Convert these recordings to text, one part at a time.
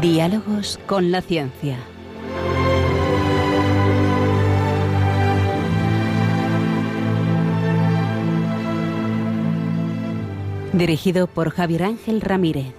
Diálogos con la ciencia. Dirigido por Javier Ángel Ramírez.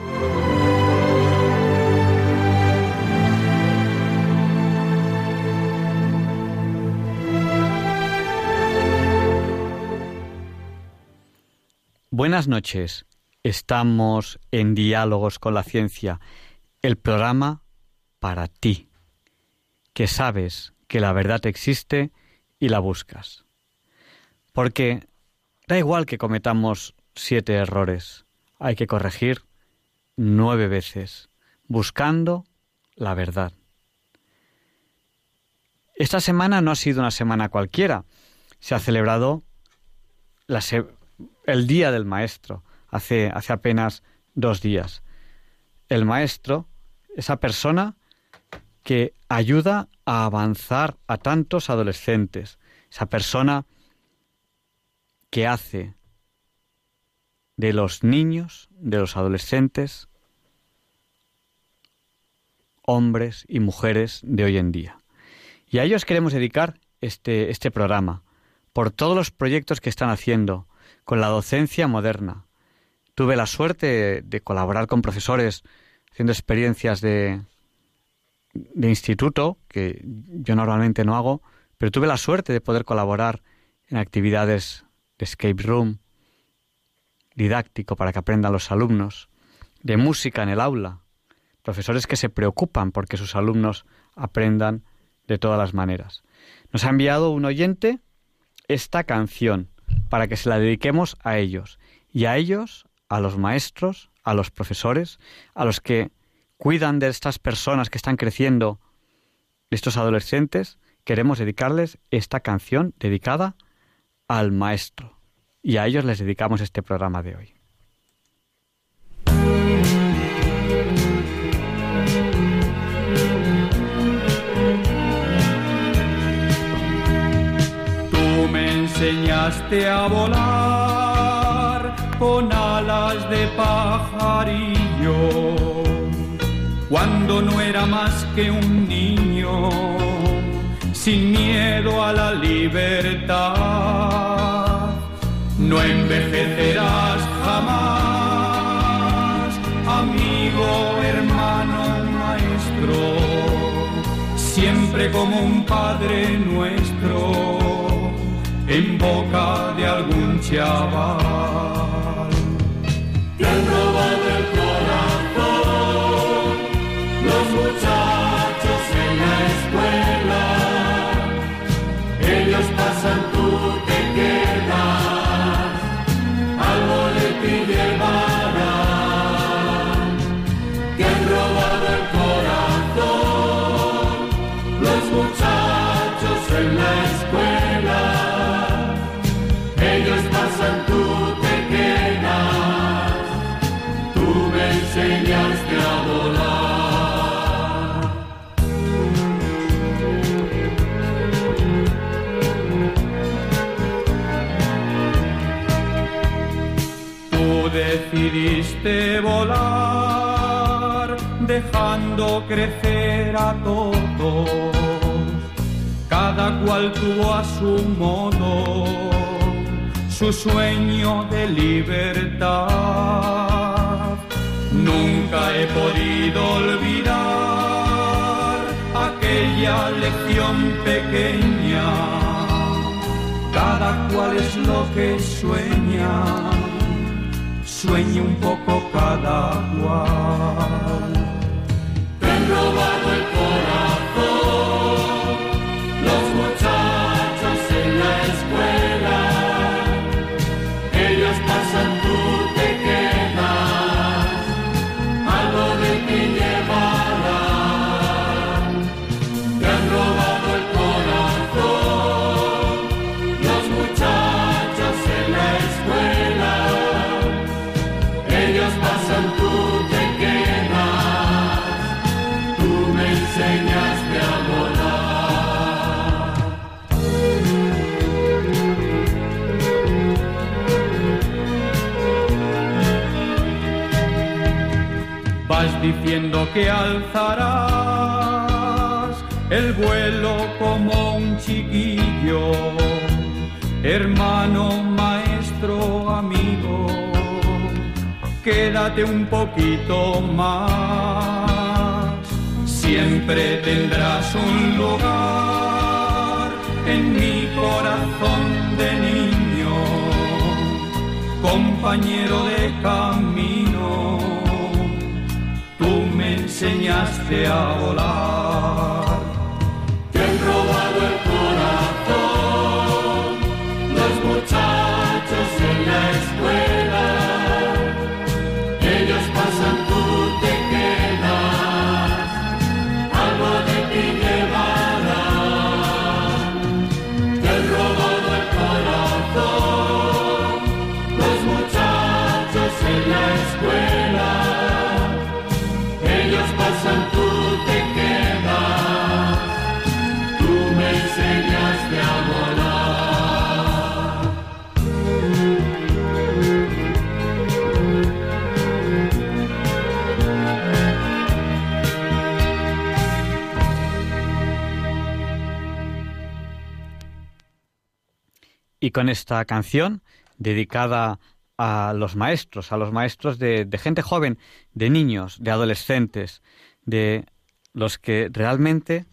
Buenas noches. Estamos en Diálogos con la Ciencia, el programa para ti, que sabes que la verdad existe y la buscas. Porque da igual que cometamos 7 errores, hay que corregir 9 veces, buscando la verdad. Esta semana no ha sido una semana cualquiera, se ha celebrado el Día del Maestro, hace apenas 2 días. El maestro, esa persona que ayuda a avanzar a tantos adolescentes, esa persona que hace de los niños, de los adolescentes, hombres y mujeres de hoy en día. Y a ellos queremos dedicar este programa, por todos los proyectos que están haciendo con la docencia moderna. Tuve la suerte de colaborar con profesores haciendo experiencias de instituto, que yo normalmente no hago, pero tuve la suerte de poder colaborar en actividades de escape room, didáctico para que aprendan los alumnos, de música en el aula, profesores que se preocupan porque sus alumnos aprendan de todas las maneras. Nos ha enviado un oyente esta canción para que se la dediquemos a ellos, y a ellos, a los maestros, a los profesores, a los que cuidan de estas personas que están creciendo, de estos adolescentes. Queremos dedicarles esta canción dedicada al maestro, y a ellos les dedicamos este programa de hoy. Tú me enseñaste a volar con alas de pajarillo, cuando no era más que un niño, sin miedo a la libertad. No envejecerás jamás, amigo, hermano, maestro, siempre como un padre nuestro, en boca de algún chaval. Te han robado el corazón los muchachos en la escuela. Ellos pasan, tú te quedas, algo de ti llevarán. Te han robado el corazón los muchachos en la escuela. Ellos pasan, tú te quedas, tú me enseñaste a volar. Tú decidiste volar, dejando crecer a todos, cada cual tuvo a su modo su sueño de libertad. Nunca he podido olvidar aquella lección pequeña. Cada cual es lo que sueña, sueña un poco cada cual. Te han robado el corazón los muchachos en la escuela. Ellos pasan, tú te quedas, algo de ti llevarán. Te han robado el corazón los muchachos en la escuela. Ellos pasan, tú te quedas, tú me enseñaste a volar. diciendo que alzarás el vuelo como un chiquillo, hermano, maestro, amigo, quédate un poquito más, siempre tendrás un lugar en mi corazón de niño, compañero de camino, tú me enseñaste a volar. Te han robado el corazón los muchachos en la escuela, ellos pasan, tú te quedas, algo de ti llevarán. Te han robado el corazón los muchachos en la escuela, ellos pasan, tú te quedas, tú me enseñaste a volar. Y con esta canción, dedicada a los maestros de gente joven, de niños, de adolescentes, de los que realmente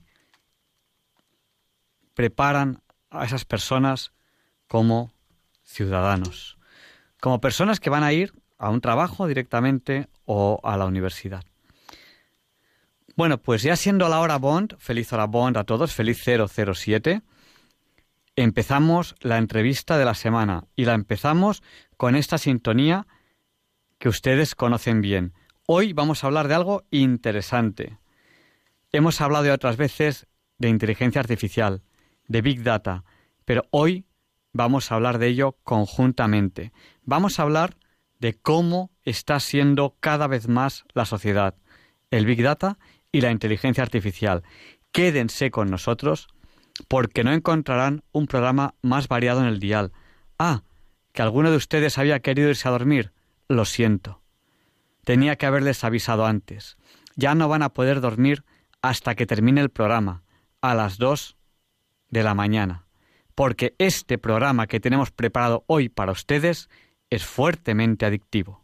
preparan a esas personas como ciudadanos, como personas que van a ir a un trabajo directamente o a la universidad. Bueno, pues ya siendo la hora Bond, feliz hora Bond a todos, feliz 007, empezamos la entrevista de la semana y la empezamos con esta sintonía que ustedes conocen bien. Hoy vamos a hablar de algo interesante. Hemos hablado de otras veces de inteligencia artificial, de Big Data, pero hoy vamos a hablar de ello conjuntamente. Vamos a hablar de cómo está siendo cada vez más la sociedad, el Big Data y la inteligencia artificial. Quédense con nosotros porque no encontrarán un programa más variado en el dial. Ah, que alguno de ustedes había querido irse a dormir. Lo siento. Tenía que haberles avisado antes. Ya no van a poder dormir hasta que termine el programa, a las 2 de la mañana, porque este programa que tenemos preparado hoy para ustedes es fuertemente adictivo.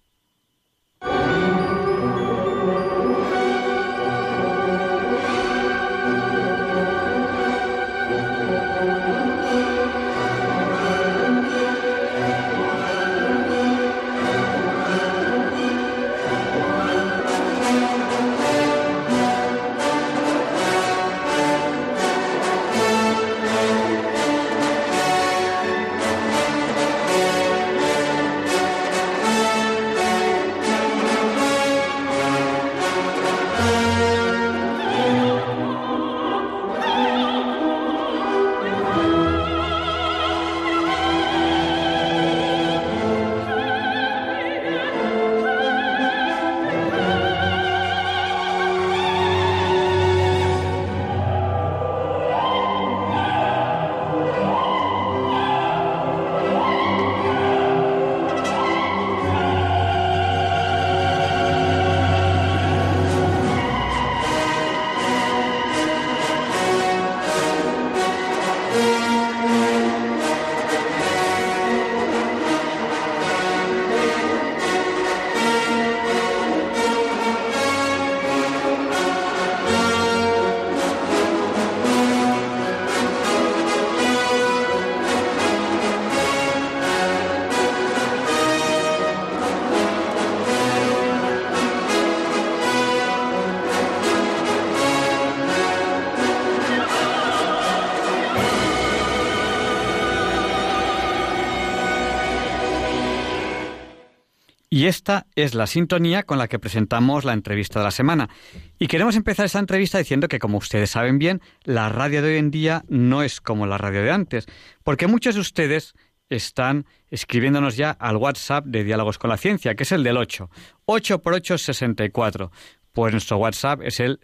Y esta es la sintonía con la que presentamos la entrevista de la semana. Y queremos empezar esta entrevista diciendo que, como ustedes saben bien, la radio de hoy en día no es como la radio de antes, porque muchos de ustedes están escribiéndonos ya al WhatsApp de Diálogos con la Ciencia, que es el del 8. 8 por 8 es 64. Pues nuestro WhatsApp es el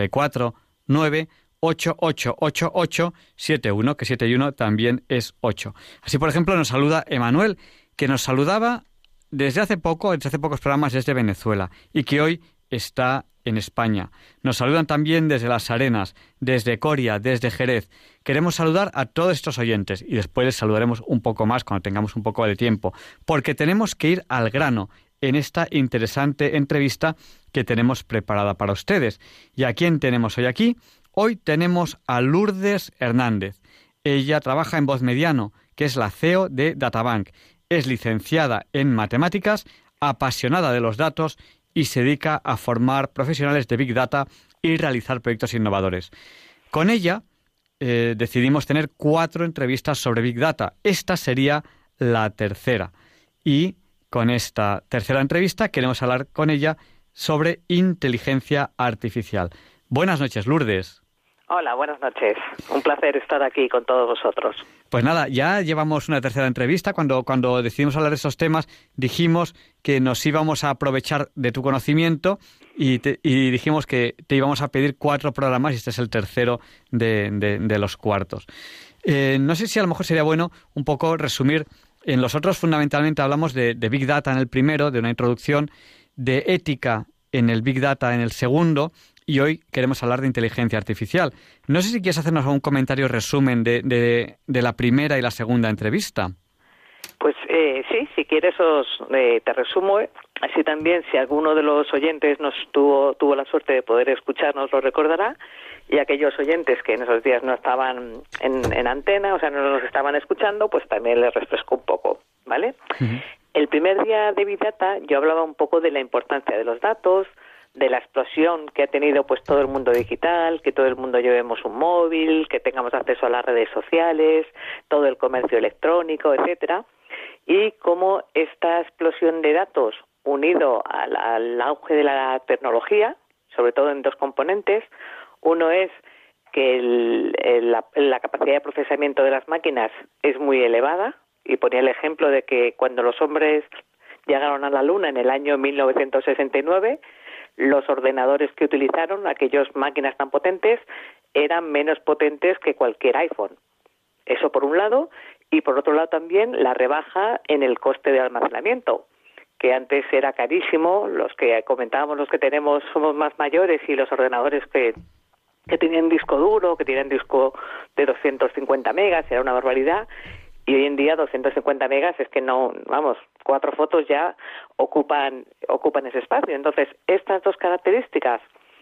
649888871, que 71 también es 8. Así, por ejemplo, nos saluda Emanuel, que nos saludaba desde hace pocos programas desde Venezuela y que hoy está en España. Nos saludan también desde Las Arenas, desde Coria, desde Jerez. Queremos saludar a todos estos oyentes y después les saludaremos un poco más cuando tengamos un poco de tiempo, porque tenemos que ir al grano en esta interesante entrevista que tenemos preparada para ustedes. ¿Y a quién tenemos hoy aquí? Hoy tenemos a Lourdes Hernández. Ella trabaja en Voz Mediano, que es la CEO de Databank. Es licenciada en matemáticas, apasionada de los datos y se dedica a formar profesionales de Big Data y realizar proyectos innovadores. Con ella decidimos tener 4 entrevistas sobre Big Data. Esta sería la tercera. Y con esta tercera entrevista queremos hablar con ella sobre inteligencia artificial. Buenas noches, Lourdes. Hola, buenas noches. Un placer estar aquí con todos vosotros. Pues nada, ya llevamos una tercera entrevista. Cuando decidimos hablar de esos temas, dijimos que nos íbamos a aprovechar de tu conocimiento y dijimos que te íbamos a pedir 4 programas y este es el tercero de los cuartos. No sé si a lo mejor sería bueno un poco resumir. En los otros fundamentalmente hablamos de Big Data en el primero, de una introducción, de ética en el Big Data en el segundo, y hoy queremos hablar de inteligencia artificial. No sé si quieres hacernos un comentario resumen de la primera y la segunda entrevista. Pues sí, si quieres te resumo. Así también, si alguno de los oyentes tuvo la suerte de poder escucharnos, lo recordará. Y aquellos oyentes que en esos días no estaban en antena, o sea, no nos estaban escuchando, pues también les refresco un poco, ¿vale? Uh-huh. El primer día de Big Data yo hablaba un poco de la importancia de los datos, de la explosión que ha tenido pues todo el mundo digital, que todo el mundo llevemos un móvil, que tengamos acceso a las redes sociales, todo el comercio electrónico, etcétera, y cómo esta explosión de datos unido al auge de la tecnología, sobre todo en 2 componentes. Uno es que la capacidad de procesamiento de las máquinas es muy elevada, y ponía el ejemplo de que cuando los hombres llegaron a la Luna en el año 1969, los ordenadores que utilizaron, aquellas máquinas tan potentes, eran menos potentes que cualquier iPhone. Eso por un lado, y por otro lado también la rebaja en el coste de almacenamiento, que antes era carísimo. Los que comentábamos, los que somos más mayores, y los ordenadores que tenían disco duro, que tienen disco de 250 megas, era una barbaridad. Y hoy en día 250 megas es que no, 4 fotos ya ocupan ese espacio. Entonces, estas 2 características,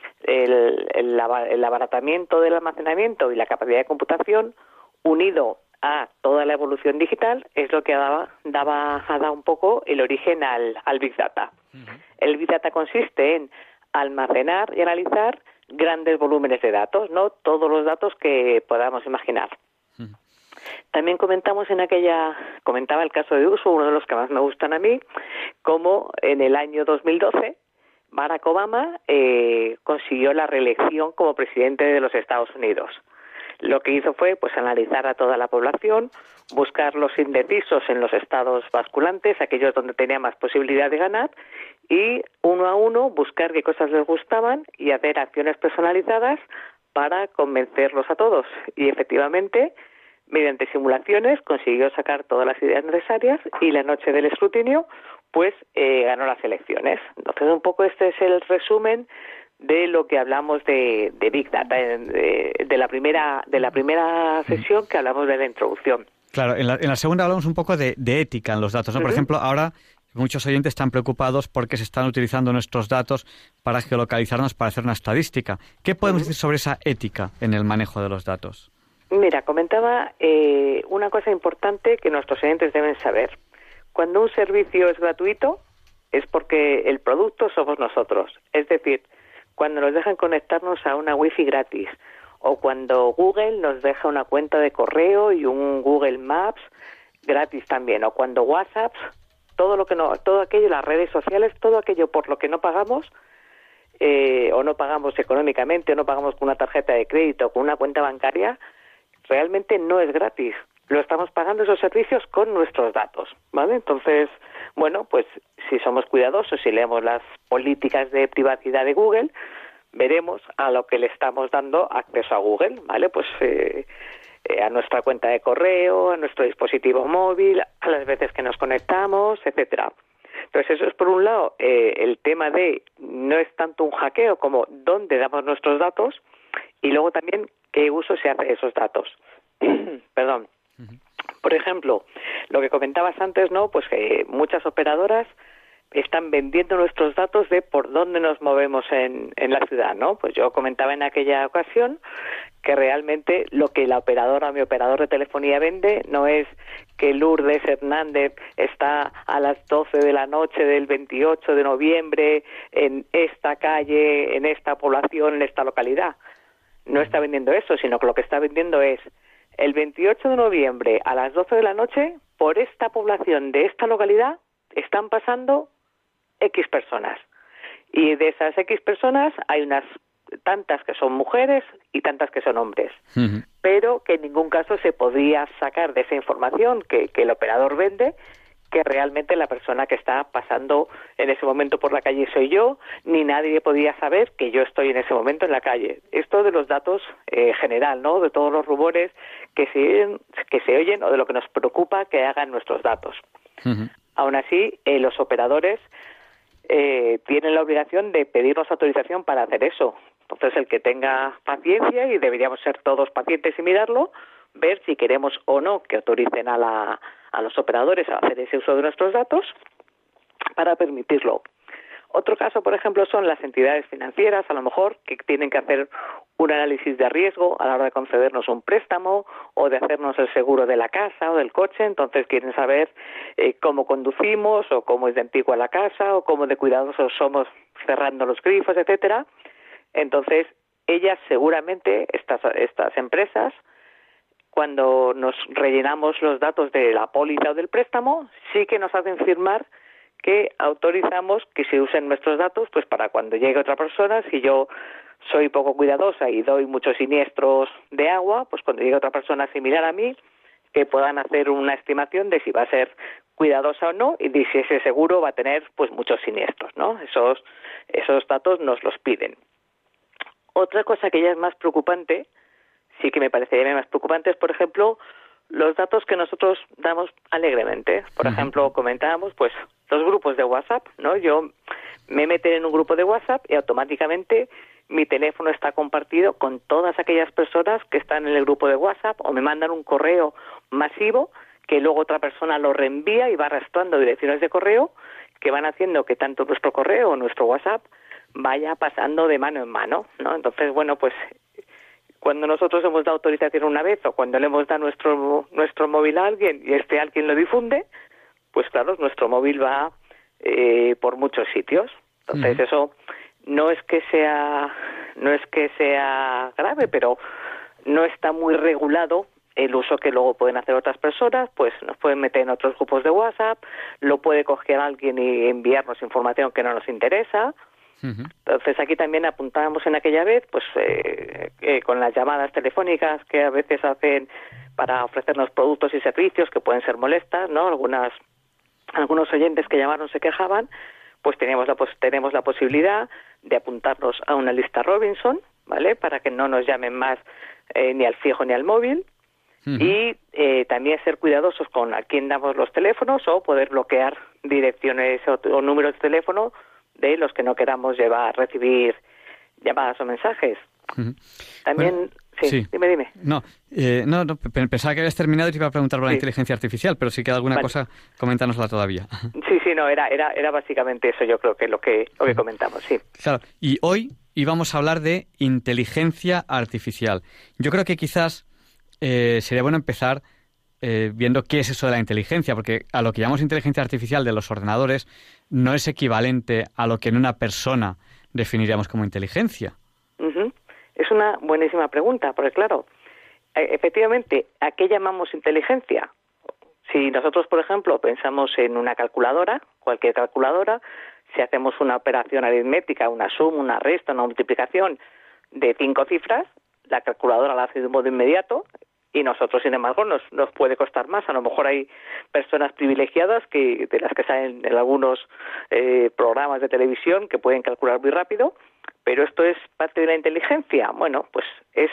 el abaratamiento del almacenamiento y la capacidad de computación, unido a toda la evolución digital, es lo que ha dado un poco el origen al Big Data. Uh-huh. El Big Data consiste en almacenar y analizar grandes volúmenes de datos, ¿no? Todos los datos que podamos imaginar. Uh-huh. También comentaba el caso de uso, uno de los que más me gustan a mí, cómo en el año 2012 Barack Obama consiguió la reelección como presidente de los Estados Unidos. Lo que hizo fue pues analizar a toda la población, buscar los indecisos en los estados basculantes, aquellos donde tenía más posibilidad de ganar, y uno a uno buscar qué cosas les gustaban y hacer acciones personalizadas para convencerlos a todos. Y efectivamente, mediante simulaciones, consiguió sacar todas las ideas necesarias y la noche del escrutinio, pues ganó las elecciones. Entonces, un poco este es el resumen de lo que hablamos de Big Data, de la primera sesión que hablamos de la introducción. Claro, en la segunda hablamos un poco de ética en los datos, ¿no? Por ejemplo, ahora muchos oyentes están preocupados porque se están utilizando nuestros datos para geolocalizarnos, para hacer una estadística. ¿Qué podemos decir sobre esa ética en el manejo de los datos? Mira, comentaba una cosa importante que nuestros oyentes deben saber. Cuando un servicio es gratuito, es porque el producto somos nosotros. Es decir, cuando nos dejan conectarnos a una wifi gratis, o cuando Google nos deja una cuenta de correo y un Google Maps gratis también, o cuando WhatsApp, todo aquello, las redes sociales, todo aquello por lo que no pagamos, o no pagamos económicamente, o no pagamos con una tarjeta de crédito o con una cuenta bancaria, realmente no es gratis. Lo estamos pagando esos servicios con nuestros datos, ¿vale? Entonces, bueno, pues si somos cuidadosos y leemos las políticas de privacidad de Google, veremos a lo que le estamos dando acceso a Google, ¿vale? Pues a nuestra cuenta de correo, a nuestro dispositivo móvil, a las veces que nos conectamos, etcétera. Entonces eso es por un lado el tema de no es tanto un hackeo como dónde damos nuestros datos y luego también qué uso se hace de esos datos. Perdón. Por ejemplo, lo que comentabas antes, ¿no? Pues que muchas operadoras están vendiendo nuestros datos de por dónde nos movemos en la ciudad, ¿no? Pues yo comentaba en aquella ocasión que realmente lo que la operadora, mi operador de telefonía vende no es que Lourdes Hernández está a las 12 de la noche del 28 de noviembre en esta calle, en esta población, en esta localidad. No está vendiendo eso, sino que lo que está vendiendo es el 28 de noviembre a las 12 de la noche por esta población de esta localidad están pasando X personas. Y de esas X personas hay unas tantas que son mujeres y tantas que son hombres. Pero que en ningún caso se podría sacar de esa información que el operador vende que realmente la persona que está pasando en ese momento por la calle soy yo, ni nadie podía saber que yo estoy en ese momento en la calle. Esto de los datos general, ¿no? De todos los rumores que se oyen o de lo que nos preocupa que hagan nuestros datos. Aún así, los operadores tienen la obligación de pedirnos autorización para hacer eso. Entonces, el que tenga paciencia, y deberíamos ser todos pacientes y mirarlo, ver si queremos o no que autoricen a los operadores a hacer ese uso de nuestros datos para permitirlo. Otro caso, por ejemplo, son las entidades financieras, a lo mejor, que tienen que hacer un análisis de riesgo a la hora de concedernos un préstamo o de hacernos el seguro de la casa o del coche. Entonces quieren saber cómo conducimos o cómo es de antigua la casa o cómo de cuidadosos somos cerrando los grifos, etcétera. Entonces, ellas seguramente, estas empresas, cuando nos rellenamos los datos de la póliza o del préstamo, sí que nos hacen firmar que autorizamos que se usen nuestros datos pues para cuando llegue otra persona. Si yo soy poco cuidadosa y doy muchos siniestros de agua, pues cuando llegue otra persona similar a mí, que puedan hacer una estimación de si va a ser cuidadosa o no y de si ese seguro va a tener pues muchos siniestros, ¿no? Esos datos nos los piden. Otra cosa que ya es más preocupante, sí que me parecería más preocupante, es, por ejemplo, los datos que nosotros damos alegremente. Por ejemplo, comentábamos, pues, los grupos de WhatsApp, ¿no? Yo me meto en un grupo de WhatsApp y automáticamente mi teléfono está compartido con todas aquellas personas que están en el grupo de WhatsApp, o me mandan un correo masivo que luego otra persona lo reenvía y va arrastrando direcciones de correo que van haciendo que tanto nuestro correo o nuestro WhatsApp vaya pasando de mano en mano, ¿no? Entonces, bueno, pues cuando nosotros hemos dado autorización una vez o cuando le hemos dado nuestro móvil a alguien y alguien lo difunde, pues claro, nuestro móvil va por muchos sitios. Entonces eso no es que sea grave, pero no está muy regulado el uso que luego pueden hacer otras personas. Pues nos pueden meter en otros grupos de WhatsApp, lo puede coger alguien y enviarnos información que no nos interesa. Entonces aquí también apuntábamos en aquella vez pues con las llamadas telefónicas que a veces hacen para ofrecernos productos y servicios que pueden ser molestas, ¿no? Algunos oyentes que llamaron se quejaban, pues tenemos la posibilidad de apuntarnos a una lista Robinson, ¿vale? Para que no nos llamen más ni al fijo ni al móvil. Y también ser cuidadosos con a quién damos los teléfonos o poder bloquear direcciones o números de teléfono de los que no queramos recibir llamadas o mensajes. También, bueno, sí, dime. No, pensaba que habías terminado y te iba a preguntar por la inteligencia artificial, pero si queda alguna cosa, coméntanosla todavía. Sí, no, era básicamente eso, yo creo que lo que comentamos, sí. Claro, y hoy íbamos a hablar de inteligencia artificial. Yo creo que quizás sería bueno empezar viendo qué es eso de la inteligencia, porque a lo que llamamos inteligencia artificial de los ordenadores no es equivalente a lo que en una persona definiríamos como inteligencia. Es una buenísima pregunta, porque claro, efectivamente, ¿a qué llamamos inteligencia? Si nosotros, por ejemplo, pensamos en una calculadora, cualquier calculadora, si hacemos una operación aritmética, una suma, una resta, una multiplicación de 5 cifras, la calculadora la hace de un modo inmediato y nosotros, sin embargo, nos puede costar más. A lo mejor hay personas privilegiadas de las que salen en algunos programas de televisión que pueden calcular muy rápido, pero esto es parte de la inteligencia. Bueno, pues es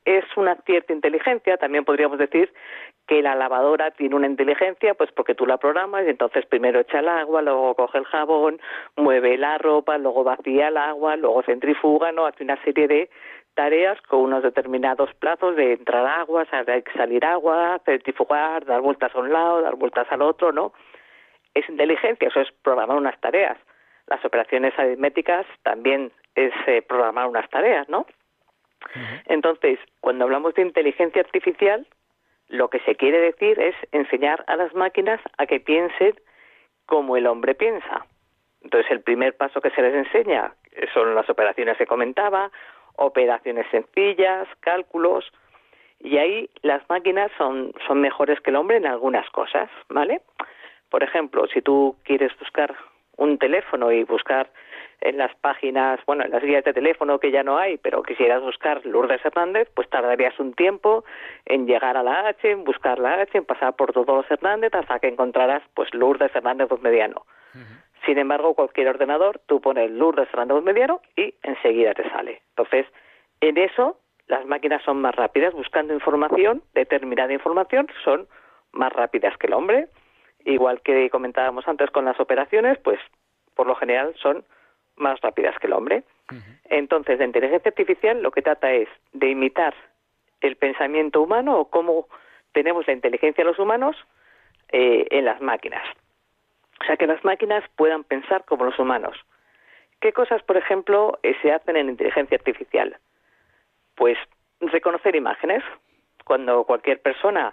es una cierta inteligencia. También podríamos decir que la lavadora tiene una inteligencia, pues porque tú la programas y entonces primero echa el agua, luego coge el jabón, mueve la ropa, luego vacía el agua, luego centrifuga, ¿no? Hace una serie de tareas con unos determinados plazos de entrar agua, salir agua, centrifugar, dar vueltas a un lado, dar vueltas al otro, ¿no? Es inteligencia, eso es programar unas tareas. Las operaciones aritméticas también es programar unas tareas, ¿no? Entonces, cuando hablamos de inteligencia artificial, lo que se quiere decir es enseñar a las máquinas a que piensen como el hombre piensa. Entonces, el primer paso que se les enseña son las operaciones que comentaba, operaciones sencillas, cálculos, y ahí las máquinas son mejores que el hombre en algunas cosas, ¿vale? Por ejemplo, si tú quieres buscar un teléfono y buscar en las páginas, bueno, en las guías de teléfono que ya no hay, pero quisieras buscar Lourdes Hernández, pues tardarías un tiempo en llegar a la H, en buscar la H, en pasar por todos los Hernández hasta que encontrarás pues Lourdes Hernández Mediano. Sin embargo, cualquier ordenador, tú pones Lourdes Hernández Mediano y enseguida te sale. Entonces, en eso, las máquinas son más rápidas. Buscando información, determinada información, son más rápidas que el hombre. Igual que comentábamos antes con las operaciones, pues por lo general son más rápidas que el hombre. Entonces, la inteligencia artificial lo que trata es de imitar el pensamiento humano o cómo tenemos la inteligencia de los humanos en las máquinas. O sea, que las máquinas puedan pensar como los humanos. ¿Qué cosas, por ejemplo, se hacen en inteligencia artificial? Pues reconocer imágenes. Cuando cualquier persona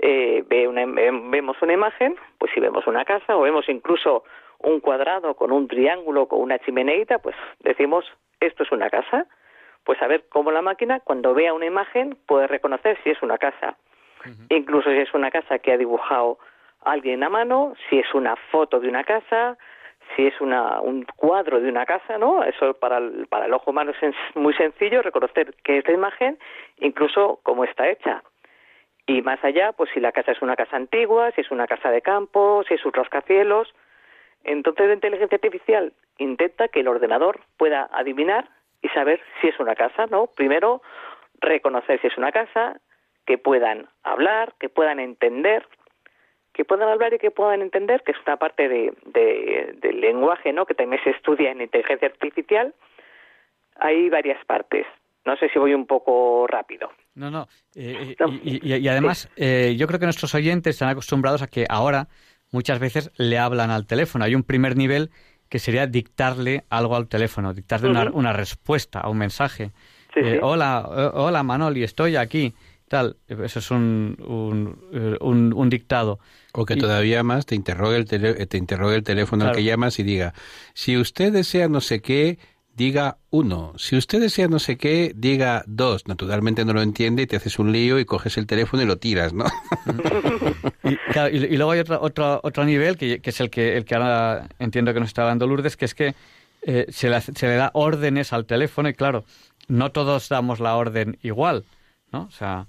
vemos una imagen, pues si vemos una casa o vemos incluso un cuadrado con un triángulo, con una chimeneita, pues decimos, esto es una casa. Pues a ver cómo la máquina, cuando vea una imagen, puede reconocer si es una casa. Incluso si es una casa que ha dibujado alguien a mano, si es una foto de una casa, si es un cuadro de una casa, ¿no? Eso para el ojo humano es muy sencillo, reconocer qué es la imagen, incluso cómo está hecha. Y más allá, pues si la casa es una casa antigua, si es una casa de campo, si es un rascacielos. Entonces la inteligencia artificial intenta que el ordenador pueda adivinar y saber si es una casa, ¿no? Primero, reconocer si es una casa, que puedan hablar, que puedan entender, que puedan hablar y que puedan entender, que es una parte del lenguaje, ¿no? Que también se estudia en inteligencia artificial. Hay varias partes. No sé si voy un poco rápido. No. Y además, yo creo que nuestros oyentes están acostumbrados a que ahora muchas veces le hablan al teléfono. Hay un primer nivel que sería dictarle algo al teléfono, dictarle una respuesta a un mensaje. Sí. Hola Manoli, estoy aquí. Tal, eso es un dictado. O que todavía más te interrogue el teléfono al que llamas y diga, si usted desea no sé qué, diga 1. Si usted desea no sé qué, diga 2. Naturalmente no lo entiende y te haces un lío y coges el teléfono y lo tiras, ¿no? Y luego hay otro nivel, que es el que ahora entiendo que nos está hablando Lourdes, que es que se le da órdenes al teléfono y claro, no todos damos la orden igual, ¿no? O sea,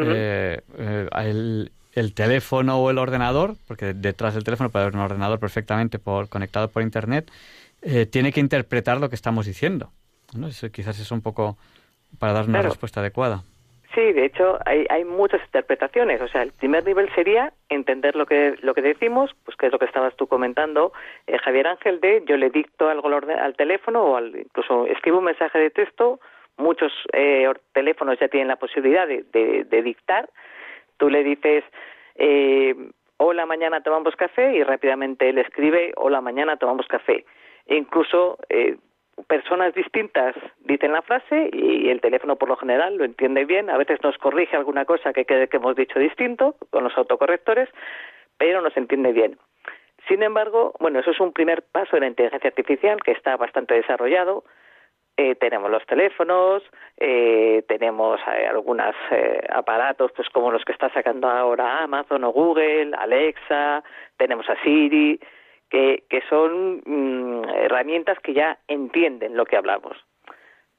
el teléfono o el ordenador, porque detrás del teléfono puede haber un ordenador perfectamente conectado por Internet, tiene que interpretar lo que estamos diciendo, ¿no? Eso quizás es un poco para dar una respuesta adecuada. Sí, de hecho hay muchas interpretaciones. O sea, el primer nivel sería entender lo que decimos, pues que es lo que estabas tú comentando, Javier Ángel, yo le dicto algo al teléfono o incluso escribo un mensaje de texto. Muchos teléfonos ya tienen la posibilidad de dictar. Tú le dices, hola, mañana tomamos café, y rápidamente él escribe, hola, mañana tomamos café. E incluso personas distintas dicen la frase y el teléfono por lo general lo entiende bien. A veces nos corrige alguna cosa que hemos dicho distinto con los autocorrectores, pero nos entiende bien. Sin embargo, bueno, eso es un primer paso de la inteligencia artificial que está bastante desarrollado. Tenemos los teléfonos, tenemos algunos aparatos pues como los que está sacando ahora Amazon o Google, Alexa, tenemos a Siri, que son herramientas que ya entienden lo que hablamos.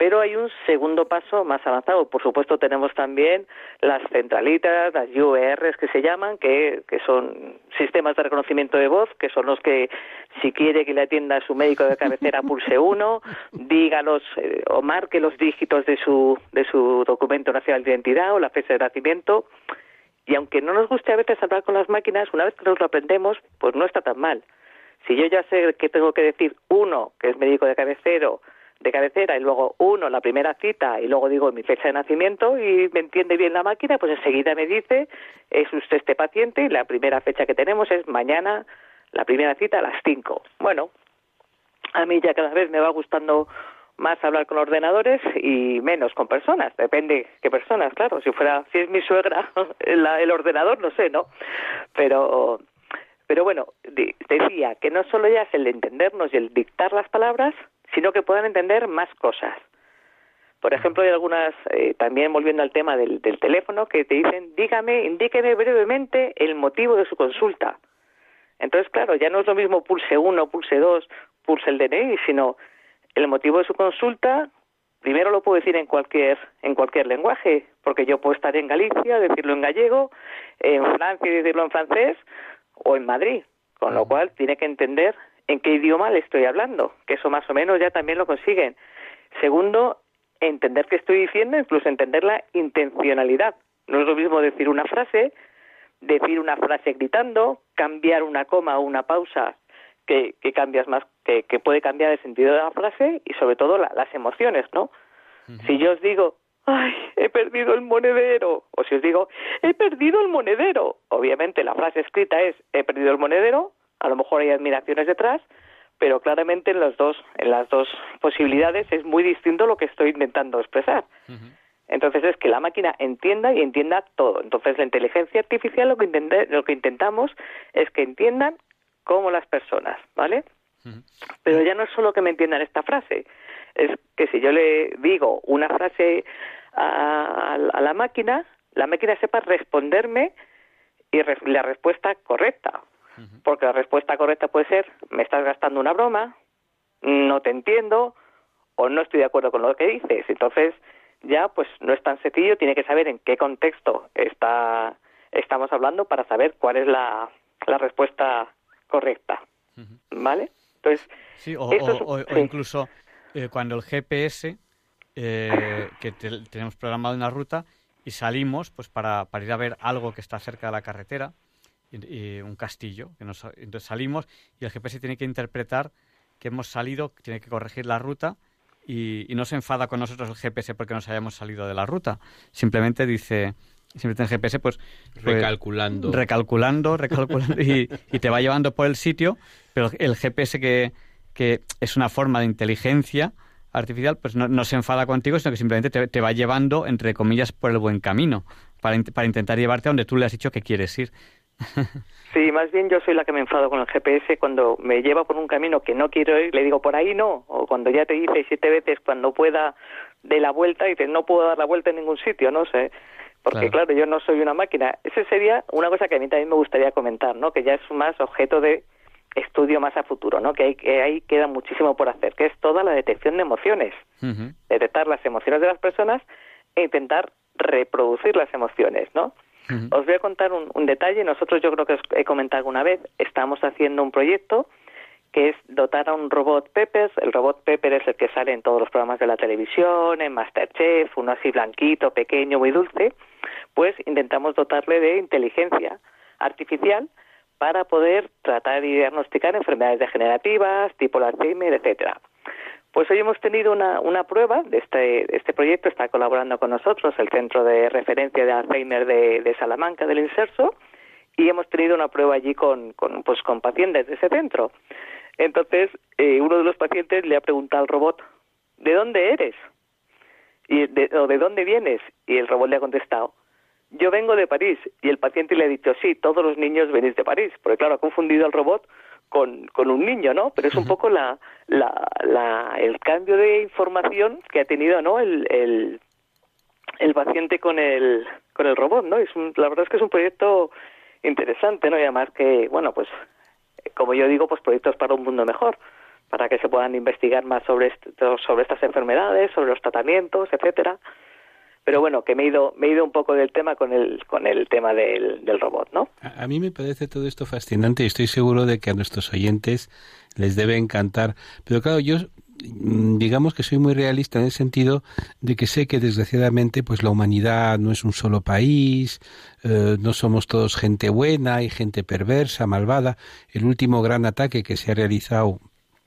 Pero hay un segundo paso más avanzado. Por supuesto, tenemos también las centralitas, las UERs que se llaman, que son sistemas de reconocimiento de voz, que son los que, si quiere que le atienda a su médico de cabecera, pulse 1, dígalos o marque los dígitos de su documento nacional de identidad o la fecha de nacimiento. Y aunque no nos guste a veces hablar con las máquinas, una vez que nos lo aprendemos, pues no está tan mal. Si yo ya sé que tengo que decir 1, que es médico de cabecera, y luego 1, la primera cita, y luego digo mi fecha de nacimiento, y me entiende bien la máquina, pues enseguida me dice, es usted este paciente, y la primera fecha que tenemos es mañana, la primera cita a las 5. Bueno, a mí ya cada vez me va gustando más hablar con ordenadores y menos con personas, depende qué personas, claro, si es mi suegra, el ordenador, no sé, ¿no? Pero bueno, decía que no solo ya es el de entendernos y el dictar las palabras, sino que puedan entender más cosas. Por ejemplo, hay algunas, también volviendo al tema del teléfono, que te dicen, indíqueme brevemente el motivo de su consulta. Entonces, claro, ya no es lo mismo pulse 1, pulse 2, pulse el DNI, sino el motivo de su consulta, primero lo puedo decir en cualquier lenguaje, porque yo puedo estar en Galicia, decirlo en gallego, en Francia decirlo en francés, o en Madrid, con lo cual tiene que entender en qué idioma le estoy hablando, que eso más o menos ya también lo consiguen. Segundo, entender qué estoy diciendo, incluso entender la intencionalidad. No es lo mismo decir una frase gritando, cambiar una coma o una pausa que cambias más, que puede cambiar el sentido de la frase y sobre todo las emociones, ¿no? Uh-huh. Si yo os digo, ¡ay, he perdido el monedero! O si os digo, ¡he perdido el monedero! Obviamente la frase escrita es, he perdido el monedero. A lo mejor hay admiraciones detrás, pero claramente en las dos posibilidades es muy distinto lo que estoy intentando expresar. Uh-huh. Entonces es que la máquina entienda y entienda todo. Entonces la inteligencia artificial lo que intentamos es que entiendan como las personas, ¿vale? Uh-huh. Pero ya no es solo que me entiendan esta frase, es que si yo le digo una frase a la máquina sepa responderme y la respuesta correcta. Porque la respuesta correcta puede ser, me estás gastando una broma, no te entiendo, o no estoy de acuerdo con lo que dices. Entonces, ya pues no es tan sencillo, tiene que saber en qué contexto estamos hablando para saber cuál es la respuesta correcta. ¿Vale? Entonces, sí, o incluso cuando el GPS, tenemos programado una ruta y salimos pues para ir a ver algo que está cerca de la carretera, y un castillo, entonces salimos y el GPS tiene que interpretar que hemos salido, tiene que corregir la ruta y no se enfada con nosotros el GPS porque nos hayamos salido de la ruta. Simplemente dice el GPS pues recalculando y te va llevando por el sitio, pero el GPS que es una forma de inteligencia artificial, pues no se enfada contigo, sino que simplemente te va llevando, entre comillas, por el buen camino para intentar llevarte a donde tú le has dicho que quieres ir. Sí, más bien yo soy la que me enfado con el GPS cuando me lleva por un camino que no quiero ir, le digo por ahí no, o cuando ya te dice 7 veces cuando pueda de la vuelta y dices no puedo dar la vuelta en ningún sitio, no sé, porque claro, yo no soy una máquina. Esa sería una cosa que a mí también me gustaría comentar, ¿no? Que ya es más objeto de estudio más a futuro, ¿no? Que ahí queda muchísimo por hacer, que es toda la detección de emociones, uh-huh. Detectar las emociones de las personas e intentar reproducir las emociones, ¿no? Uh-huh. Os voy a contar un detalle. Nosotros, yo creo que os he comentado alguna vez, estamos haciendo un proyecto que es dotar a un robot Pepper. El robot Pepper es el que sale en todos los programas de la televisión, en MasterChef, uno así blanquito, pequeño, muy dulce. Pues intentamos dotarle de inteligencia artificial para poder tratar y diagnosticar enfermedades degenerativas, tipo el Alzheimer, etcétera. Pues hoy hemos tenido una prueba de este proyecto. Está colaborando con nosotros el Centro de Referencia de Alzheimer de Salamanca, del Inserso, y hemos tenido una prueba allí con pacientes de ese centro. Entonces, uno de los pacientes le ha preguntado al robot, ¿de dónde eres? ¿O de dónde vienes? Y el robot le ha contestado, yo vengo de París. Y el paciente le ha dicho, sí, todos los niños venís de París. Porque claro, ha confundido al robot con un niño, ¿no? Pero es un poco el cambio de información que ha tenido, ¿no? El paciente con el robot, ¿no? La verdad es que es un proyecto interesante, ¿no? Y además que, bueno, pues como yo digo, pues proyectos para un mundo mejor. para que se puedan investigar más sobre estas enfermedades, sobre los tratamientos, etcétera. Pero bueno, que me he ido un poco del tema con el tema del robot, ¿no? A mí me parece todo esto fascinante y estoy seguro de que a nuestros oyentes les debe encantar. Pero claro, yo digamos que soy muy realista en el sentido de que sé que desgraciadamente pues la humanidad no es un solo país, no somos todos gente buena, hay gente perversa, malvada. El último gran ataque que se ha realizado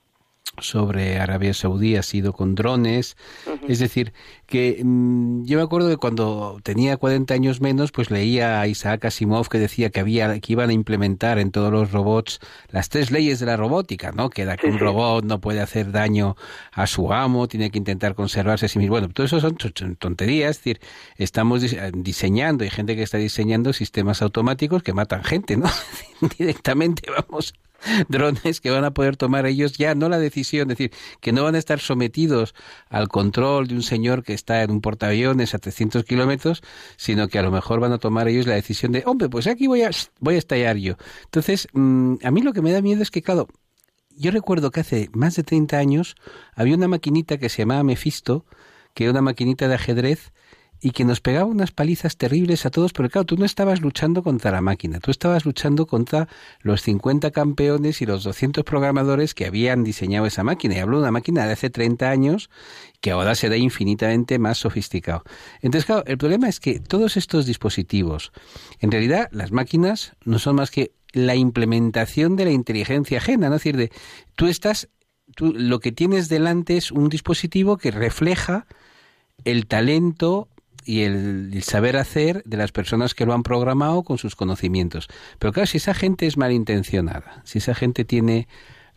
sobre Arabia Saudí ha sido con drones. Uh-huh. Es decir, que yo me acuerdo de cuando tenía 40 años menos, pues leía a Isaac Asimov que decía que iban a implementar en todos los robots las 3 leyes de la robótica, ¿no? Que era que un robot no puede hacer daño a su amo, tiene que intentar conservarse a sí mismo. Bueno, todo eso son tonterías, es decir, estamos diseñando, hay gente que está diseñando sistemas automáticos que matan gente, ¿no? Directamente, vamos, drones que van a poder tomar ellos ya no la decisión, es decir, que no van a estar sometidos al control de un señor que está en un portaaviones a 300 kilómetros, sino que a lo mejor van a tomar ellos la decisión de, hombre, pues aquí voy a estallar yo. Entonces, a mí lo que me da miedo es que, claro, yo recuerdo que hace más de 30 años había una maquinita que se llamaba Mephisto, que era una maquinita de ajedrez, y que nos pegaba unas palizas terribles a todos, pero claro, tú no estabas luchando contra la máquina, tú estabas luchando contra los 50 campeones y los 200 programadores que habían diseñado esa máquina. Y hablo de una máquina de hace 30 años que ahora será infinitamente más sofisticado. Entonces, claro, el problema es que todos estos dispositivos, en realidad las máquinas no son más que la implementación de la inteligencia ajena, ¿no? Es decir, tú lo que tienes delante es un dispositivo que refleja el talento y el saber hacer de las personas que lo han programado con sus conocimientos. Pero claro, si esa gente es malintencionada, si esa gente tiene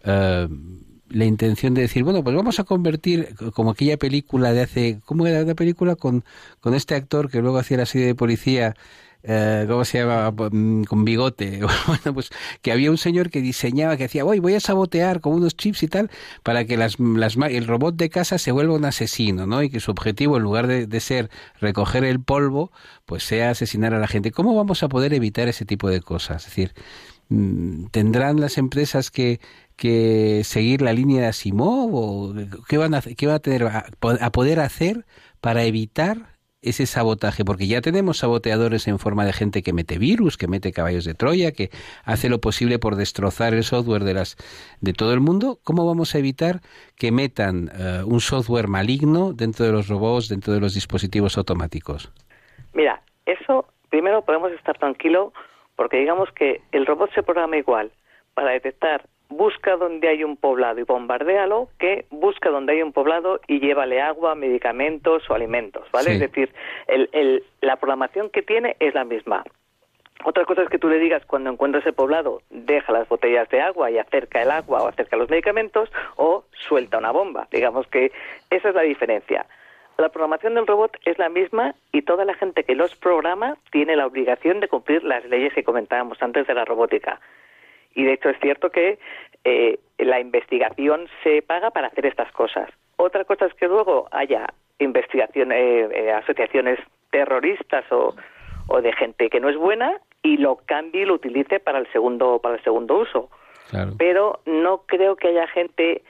la intención de decir, bueno, pues vamos a convertir, como aquella película de hace, ¿cómo era la película? Con este actor que luego hacía la serie de policía, ¿cómo se llama? Con bigote. Bueno, pues que había un señor que diseñaba, que decía, voy a sabotear con unos chips y tal, para que el robot de casa se vuelva un asesino, ¿no? Y que su objetivo, en lugar de ser recoger el polvo, pues sea asesinar a la gente. ¿Cómo vamos a poder evitar ese tipo de cosas? Es decir, ¿tendrán las empresas que seguir la línea de Asimov? ¿O qué van a tener a poder hacer para evitar ese sabotaje? Porque ya tenemos saboteadores en forma de gente que mete virus, que mete caballos de Troya, que hace lo posible por destrozar el software de todo el mundo. ¿Cómo vamos a evitar que metan un software maligno dentro de los robots, dentro de los dispositivos automáticos? Mira, eso primero podemos estar tranquilos, porque digamos que el robot se programa igual para detectar, busca donde hay un poblado y bombardéalo, que busca donde hay un poblado y llévale agua, medicamentos o alimentos, ¿vale? Sí. Es decir, la programación que tiene es la misma. Otra cosa es que tú le digas, cuando encuentres el poblado, deja las botellas de agua y acerca el agua o acerca los medicamentos, o suelta una bomba. Digamos que esa es la diferencia. La programación del robot es la misma y toda la gente que los programa tiene la obligación de cumplir las leyes que comentábamos antes de la robótica. Y de hecho es cierto que la investigación se paga para hacer estas cosas. Otra cosa es que luego haya asociaciones terroristas o de gente que no es buena y lo cambie y lo utilice para el segundo uso. Claro. Pero no creo que haya gente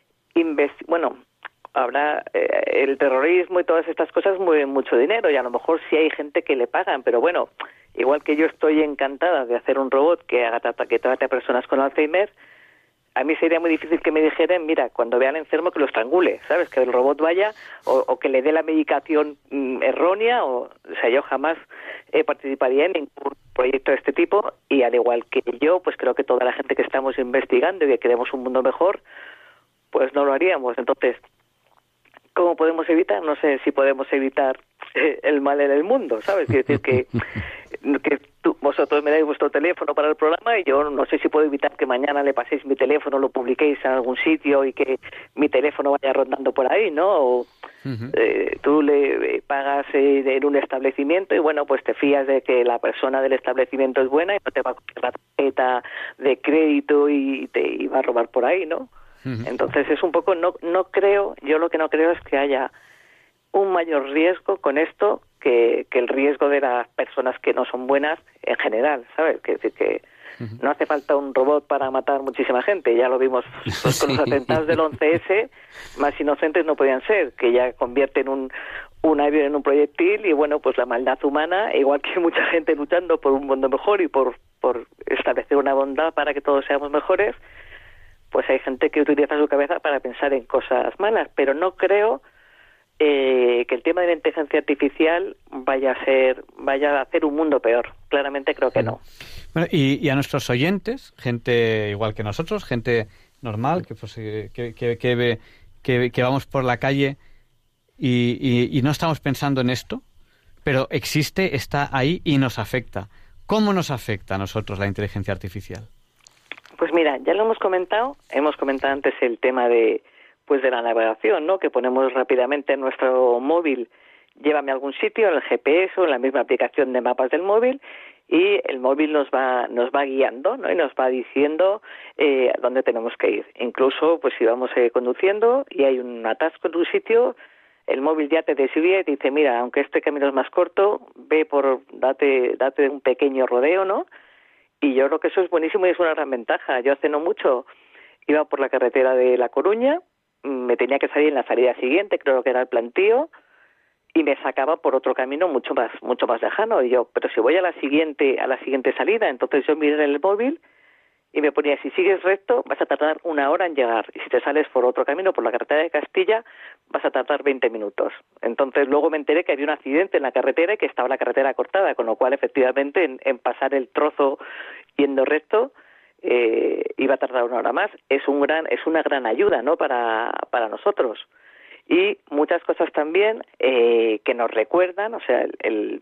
habrá el terrorismo y todas estas cosas mueven mucho dinero y a lo mejor sí hay gente que le pagan, pero bueno, igual que yo estoy encantada de hacer un robot que trate a personas con Alzheimer, a mí sería muy difícil que me dijeran, mira, cuando vea al enfermo que lo estrangule, ¿sabes? Que el robot vaya o que le dé la medicación errónea, o sea, yo jamás participaría en ningún proyecto de este tipo y al igual que yo, pues creo que toda la gente que estamos investigando y que queremos un mundo mejor, pues no lo haríamos. Entonces, ¿cómo podemos evitar? No sé si podemos evitar el mal en el mundo, ¿sabes? Quiere decir que vosotros me dais vuestro teléfono para el programa y yo no sé si puedo evitar que mañana le paséis mi teléfono, lo publiquéis en algún sitio y que mi teléfono vaya rondando por ahí, ¿no? O tú le pagas en un establecimiento y bueno, pues te fías de que la persona del establecimiento es buena y no te va a coger la tarjeta de crédito y te va a robar por ahí, ¿no? Entonces es un poco, no creo, yo lo que no creo es que haya un mayor riesgo con esto que el riesgo de las personas que no son buenas en general, ¿sabes? Que decir que No hace falta un robot para matar muchísima gente. Ya lo vimos pues, con los atentados del 11S, más inocentes no podían ser, que ya convierten un avión en un proyectil y bueno, pues la maldad humana, igual que mucha gente luchando por un mundo mejor y por establecer una bondad para que todos seamos mejores, pues hay gente que utiliza su cabeza para pensar en cosas malas, pero no creo que el tema de la inteligencia artificial vaya a hacer un mundo peor. Claramente creo que no. Bueno, y a nuestros oyentes, gente igual que nosotros, gente normal, que pues que vamos por la calle y no estamos pensando en esto, pero existe, está ahí y nos afecta. ¿Cómo nos afecta a nosotros la inteligencia artificial? Pues mira, ya lo hemos comentado antes el tema de la navegación, ¿no? Que ponemos rápidamente en nuestro móvil, llévame a algún sitio, en el GPS o en la misma aplicación de mapas del móvil, y el móvil nos va guiando, ¿no? Y nos va diciendo a dónde tenemos que ir. Incluso, pues si vamos conduciendo y hay un atasco en un sitio, el móvil ya te desvía y te dice, mira, aunque este camino es más corto, date un pequeño rodeo, ¿no? Y yo creo que eso es buenísimo y es una gran ventaja. Yo hace no mucho iba por la carretera de La Coruña, me tenía que salir en la salida siguiente, creo que era el Plantío, y me sacaba por otro camino mucho más lejano. Y yo, pero si voy a la siguiente salida, entonces yo miré en el móvil y me ponía, si sigues recto vas a tardar 1 hora en llegar, y si te sales por otro camino, por la carretera de Castilla, vas a tardar 20 minutos. Entonces luego me enteré que había un accidente en la carretera y que estaba la carretera cortada, con lo cual efectivamente en pasar el trozo yendo recto iba a tardar 1 hora más. Es una gran ayuda, ¿no? para nosotros. Y muchas cosas también que nos recuerdan, o sea, el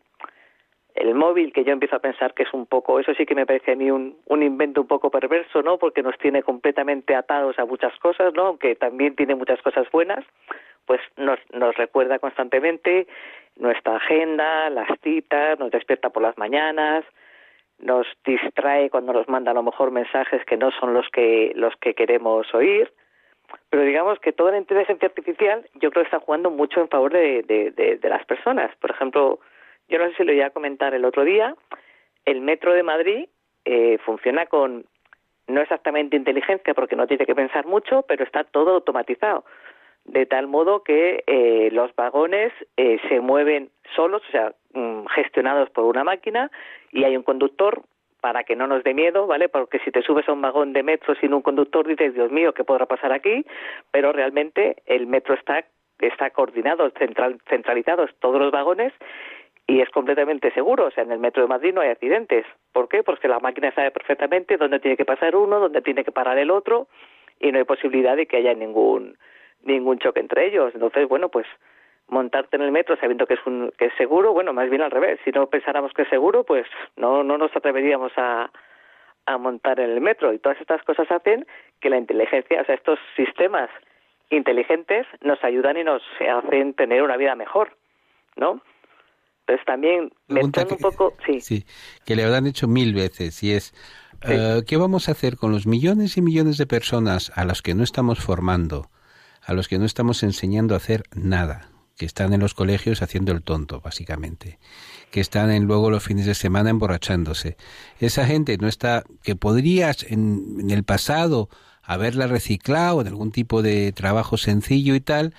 móvil, que yo empiezo a pensar que es un poco, eso sí que me parece a mí un invento un poco perverso, ¿no? Porque nos tiene completamente atados a muchas cosas, ¿no? Aunque también tiene muchas cosas buenas, pues nos recuerda constantemente nuestra agenda, las citas, nos despierta por las mañanas, nos distrae cuando nos manda a lo mejor mensajes que no son los que queremos oír. Pero digamos que toda la inteligencia artificial yo creo que está jugando mucho en favor de las personas. Por ejemplo, yo no sé si lo iba a comentar el otro día, el metro de Madrid funciona con, no exactamente inteligencia porque no tiene que pensar mucho, pero está todo automatizado. De tal modo que los vagones se mueven solos, o sea, gestionados por una máquina, y hay un conductor para que no nos dé miedo, ¿vale? Porque si te subes a un vagón de metro sin un conductor dices, Dios mío, ¿qué podrá pasar aquí? Pero realmente el metro está coordinado, centralizados todos los vagones, y es completamente seguro. O sea, en el metro de Madrid no hay accidentes. ¿Por qué? Porque la máquina sabe perfectamente dónde tiene que pasar uno, dónde tiene que parar el otro, y no hay posibilidad de que haya ningún choque entre ellos. Entonces, bueno, pues montarte en el metro sabiendo que es seguro, bueno, más bien al revés. Si no pensáramos que es seguro, pues no nos atreveríamos a montar en el metro. Y todas estas cosas hacen que la inteligencia, o sea, estos sistemas inteligentes nos ayudan y nos hacen tener una vida mejor, ¿no? Entonces también mezclando un poco, sí, que le habrán hecho 1000 veces, y es ¿qué vamos a hacer con los millones y millones de personas a los que no estamos formando, a los que no estamos enseñando a hacer nada, que están en los colegios haciendo el tonto, básicamente, que están luego los fines de semana emborrachándose? Esa gente no está, que podrías en el pasado haberla reciclado en algún tipo de trabajo sencillo y tal,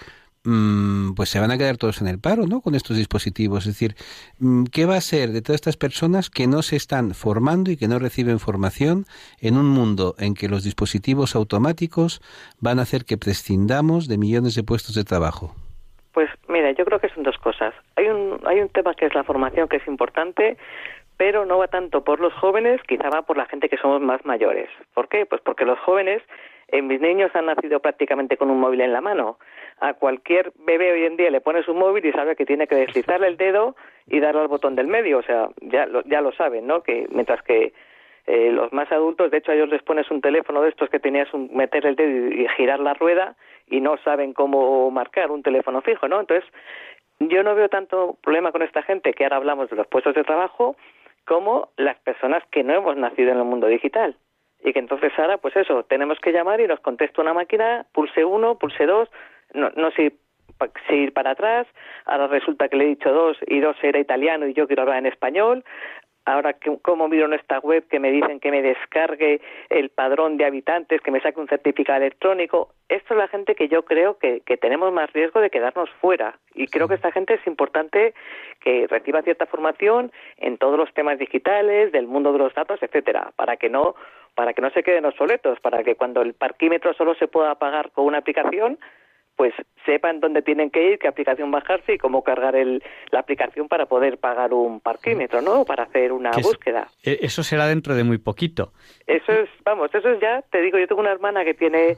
pues se van a quedar todos en el paro, ¿no? Con estos dispositivos. Es decir, ¿qué va a ser de todas estas personas que no se están formando y que no reciben formación en un mundo en que los dispositivos automáticos van a hacer que prescindamos de millones de puestos de trabajo? Pues mira, yo creo que son dos cosas. Hay un tema que es la formación, que es importante, pero no va tanto por los jóvenes, quizá va por la gente que somos más mayores. ¿Por qué? Pues porque los jóvenes, mis niños han nacido prácticamente con un móvil en la mano. A cualquier bebé hoy en día le pones un móvil y sabe que tiene que deslizarle el dedo y darle al botón del medio. O sea, ya lo saben, ¿no? Que mientras que los más adultos, de hecho, a ellos les pones un teléfono de estos que tenías meter el dedo y girar la rueda y no saben cómo marcar un teléfono fijo, ¿no? Entonces, yo no veo tanto problema con esta gente, que ahora hablamos de los puestos de trabajo, como las personas que no hemos nacido en el mundo digital. Y que entonces ahora, pues eso, tenemos que llamar y nos contesta una máquina, pulse 1, pulse 2, no sé si ir para atrás, ahora resulta que le he dicho 2 y 2 era italiano y yo quiero hablar en español. ahora cómo miro en esta web que me dicen que me descargue el padrón de habitantes, que me saque un certificado electrónico. Esto es la gente que yo creo que tenemos más riesgo de quedarnos fuera. Y creo que esta gente es importante que reciba cierta formación en todos los temas digitales, del mundo de los datos, etcétera, para que no se queden obsoletos, para que cuando el parquímetro solo se pueda pagar con una aplicación, pues sepan dónde tienen que ir, qué aplicación bajarse y cómo cargar la aplicación para poder pagar un parquímetro, ¿no? Para hacer una búsqueda. Eso será dentro de muy poquito. Eso es ya, te digo, yo tengo una hermana que tiene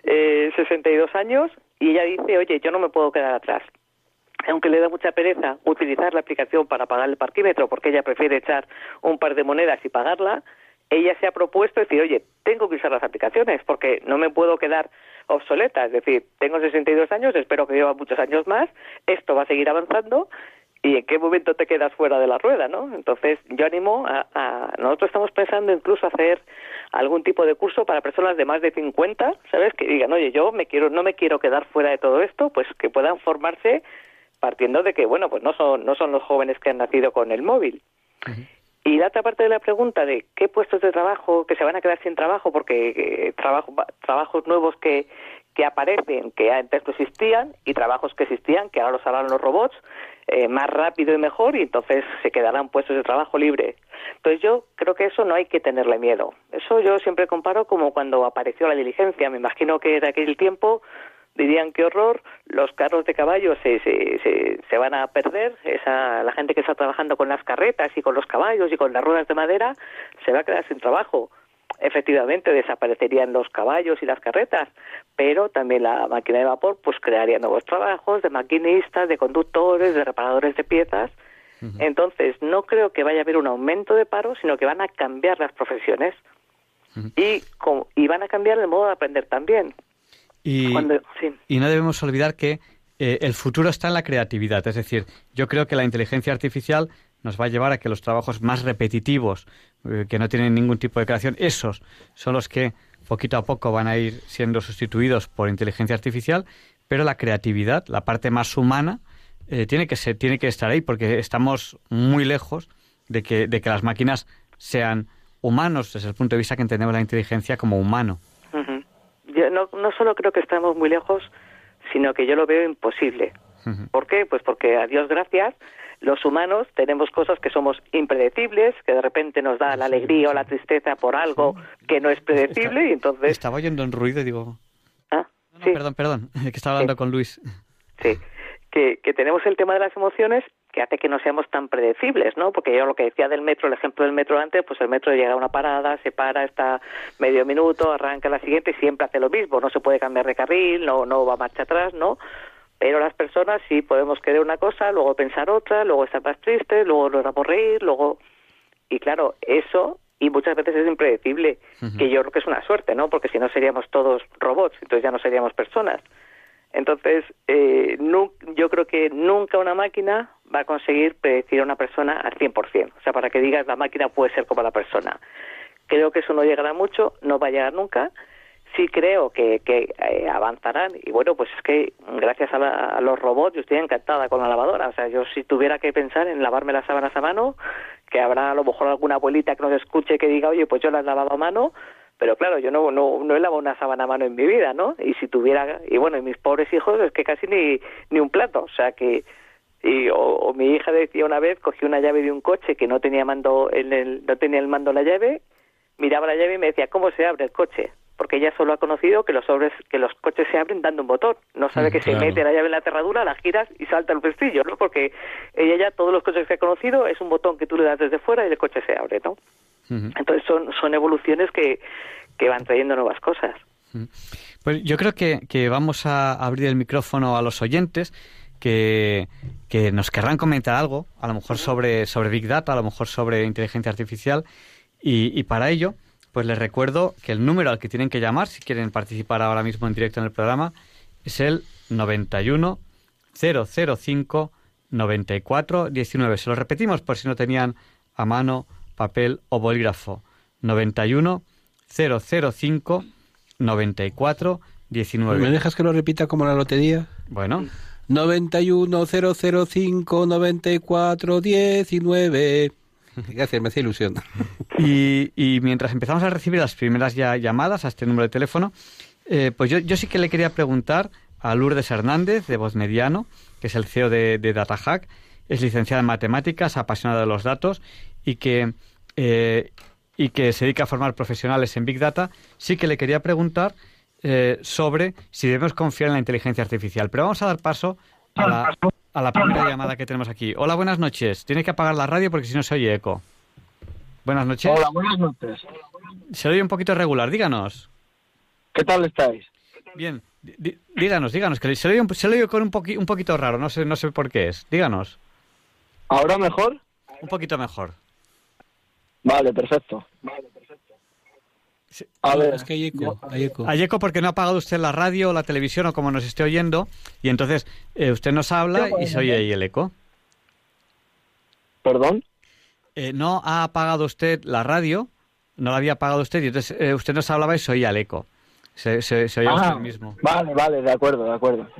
62 años y ella dice, oye, yo no me puedo quedar atrás. Aunque le da mucha pereza utilizar la aplicación para pagar el parquímetro, porque ella prefiere echar un par de monedas y pagarla, ella se ha propuesto decir, oye, tengo que usar las aplicaciones porque no me puedo quedar obsoleta. Es decir, tengo 62 años, espero que viva muchos años más, esto va a seguir avanzando y en qué momento te quedas fuera de la rueda, ¿no? Entonces, yo animo nosotros estamos pensando incluso hacer algún tipo de curso para personas de más de 50, ¿sabes? Que digan, oye, yo no me quiero quedar fuera de todo esto, pues que puedan formarse partiendo de que, bueno, pues no son los jóvenes que han nacido con el móvil. Uh-huh. Y la otra parte de la pregunta de qué puestos de trabajo que se van a quedar sin trabajo porque trabajos nuevos que aparecen, que antes no existían, y trabajos que existían, que ahora los harán los robots, más rápido y mejor, y entonces se quedarán puestos de trabajo libres. Entonces yo creo que eso no hay que tenerle miedo. Eso yo siempre comparo como cuando apareció la diligencia. Me imagino que en aquel tiempo dirían qué horror, los carros de caballos se van a perder, la gente que está trabajando con las carretas y con los caballos y con las ruedas de madera se va a quedar sin trabajo. Efectivamente desaparecerían los caballos y las carretas, pero también la máquina de vapor pues crearía nuevos trabajos de maquinistas, de conductores, de reparadores de piezas. Uh-huh. Entonces no creo que vaya a haber un aumento de paro, sino que van a cambiar las profesiones. Uh-huh. y van a cambiar el modo de aprender también. Y no debemos olvidar que el futuro está en la creatividad. Es decir, yo creo que la inteligencia artificial nos va a llevar a que los trabajos más repetitivos, que no tienen ningún tipo de creación, esos son los que poquito a poco van a ir siendo sustituidos por inteligencia artificial, pero la creatividad, la parte más humana, tiene que estar ahí, porque estamos muy lejos de que las máquinas sean humanos desde el punto de vista que entendemos la inteligencia como humano. Uh-huh. Yo no solo creo que estamos muy lejos, sino que yo lo veo imposible. Uh-huh. ¿Por qué? Pues porque, a Dios gracias, los humanos tenemos cosas que somos impredecibles, que de repente nos da la alegría o la tristeza por algo que no es predecible, y entonces... Estaba oyendo un ruido y digo... Sí. Perdón, que estaba hablando con Luis. Sí, que tenemos el tema de las emociones que hace que no seamos tan predecibles, ¿no? Porque yo lo que decía del metro, el ejemplo del metro antes, pues el metro llega a una parada, se para, está medio minuto, arranca la siguiente y siempre hace lo mismo, no se puede cambiar de carril, no va marcha atrás, ¿no? Pero las personas sí podemos querer una cosa, luego pensar otra, luego estar más tristes, luego nos vamos a reír, luego... Y claro, eso, y muchas veces es impredecible, uh-huh. Que yo creo que es una suerte, ¿no? Porque si no seríamos todos robots, entonces ya no seríamos personas. Entonces, yo creo que nunca una máquina va a conseguir predecir a una persona al 100%. O sea, para que digas la máquina puede ser como la persona. Creo que eso no llegará mucho, no va a llegar nunca. Sí creo que avanzarán. Y bueno, pues es que gracias a los robots yo estoy encantada con la lavadora. O sea, yo si tuviera que pensar en lavarme las sábanas a mano, que habrá a lo mejor alguna abuelita que nos escuche que diga, oye, pues yo las he lavado a mano. Pero claro, yo no he lavado una sábana a mano en mi vida, ¿no? Y si tuviera, y bueno, y mis pobres hijos es que casi ni un plato, o sea que, o mi hija decía una vez, cogió una llave de un coche que no tenía mando no tenía el mando la llave, miraba la llave y me decía, ¿cómo se abre el coche? Porque ella solo ha conocido que los coches se abren dando un botón, no sabe que claro. Se mete la llave en la cerradura, la giras y salta el pestillo, ¿no? Porque ella ya todos los coches que ha conocido es un botón que tú le das desde fuera y el coche se abre, ¿no? Entonces son evoluciones que van trayendo nuevas cosas. Pues yo creo que vamos a abrir el micrófono a los oyentes que nos querrán comentar algo, a lo mejor sobre Big Data, a lo mejor sobre inteligencia artificial, y para ello pues les recuerdo que el número al que tienen que llamar si quieren participar ahora mismo en directo en el programa es el 91 005 94 19. Se lo repetimos por si no tenían a mano papel o bolígrafo. 91 005 94 19. ¿Me dejas que lo repita como la lotería? Bueno. 91 005 94 19. Gracias, me hace ilusión. Y mientras empezamos a recibir las primeras llamadas a este número de teléfono, pues yo sí que le quería preguntar a Lourdes Hernández, de Voz Mediano, que es el CEO de DataHack, es licenciada en matemáticas, apasionada de los datos y que se dedica a formar profesionales en Big Data. Sí que le quería preguntar sobre si debemos confiar en la inteligencia artificial. Pero vamos a dar paso a la primera llamada que tenemos aquí. Hola, buenas noches. Tiene que apagar la radio porque si no se oye eco. Buenas noches. Hola, buenas noches. Se oye un poquito irregular, díganos. ¿Qué tal estáis? Bien, díganos, que se le oye con un poquito raro, no sé por qué es. Díganos. ¿Ahora mejor? Un poquito mejor. Vale, perfecto. Sí. A ver, es que hay eco. Hay eco porque no ha apagado usted la radio o la televisión o como nos esté oyendo, y entonces usted nos habla y se oye ahí el eco. ¿Perdón? No ha apagado usted la radio, no la había apagado usted, y entonces usted nos hablaba y se oía el eco. Se oía usted mismo. Vale, de acuerdo.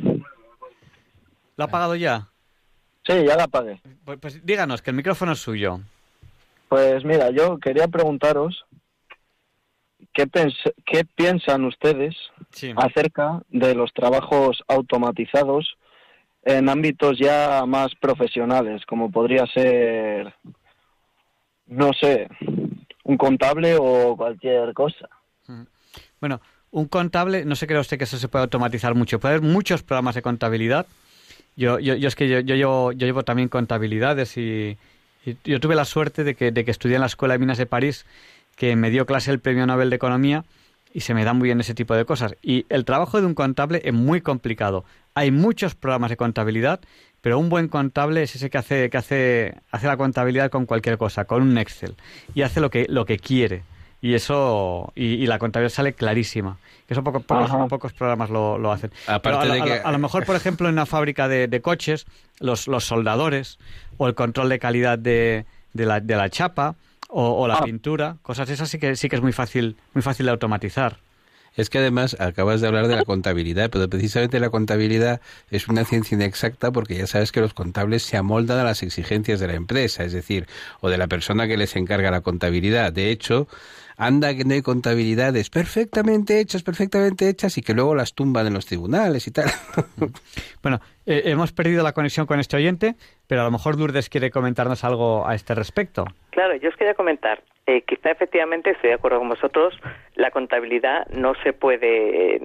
¿Lo ha apagado ya? Sí, ya la apagué. Pues díganos, que el micrófono es suyo. Pues mira, yo quería preguntaros qué piensan ustedes acerca de los trabajos automatizados en ámbitos ya más profesionales, como podría ser, no sé, un contable o cualquier cosa. Bueno, un contable, no se crea usted que eso se puede automatizar mucho. Puede haber muchos programas de contabilidad. Yo llevo también contabilidades y yo tuve la suerte de que estudié en la Escuela de Minas de París, que me dio clase el Premio Nobel de Economía, y se me da muy bien ese tipo de cosas. Y el trabajo de un contable es muy complicado. Hay muchos programas de contabilidad, pero un buen contable es ese que hace la contabilidad con cualquier cosa, con un Excel, y hace lo que quiere. Y eso y la contabilidad sale clarísima. Eso pocos programas lo hacen. Aparte a lo mejor, por ejemplo, en una fábrica de coches, los soldadores o el control de calidad de la chapa o la pintura, cosas esas sí que es muy fácil de automatizar. Es que además acabas de hablar de la contabilidad, pero precisamente la contabilidad es una ciencia inexacta porque ya sabes que los contables se amoldan a las exigencias de la empresa, es decir, o de la persona que les encarga la contabilidad. De hecho, anda que no hay contabilidades perfectamente hechas y que luego las tumban en los tribunales y tal. Bueno, hemos perdido la conexión con este oyente, pero a lo mejor Lourdes quiere comentarnos algo a este respecto. Claro, yo os quería comentar, quizá efectivamente estoy de acuerdo con vosotros, la contabilidad no se puede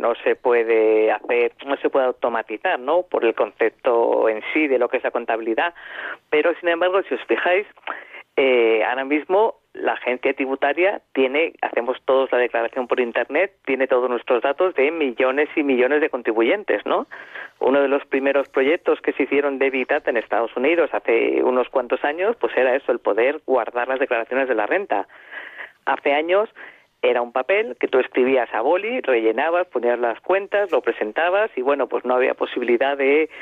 hacer, no se puede automatizar, ¿no? Por el concepto en sí de lo que es la contabilidad, pero sin embargo, si os fijáis, ahora mismo la agencia tributaria hacemos todos la declaración por internet, tiene todos nuestros datos de millones y millones de contribuyentes, ¿no? Uno de los primeros proyectos que se hicieron de Big Data en Estados Unidos hace unos cuantos años, pues era eso, el poder guardar las declaraciones de la renta. Hace años era un papel que tú escribías a boli, rellenabas, ponías las cuentas, lo presentabas y bueno, pues no había posibilidad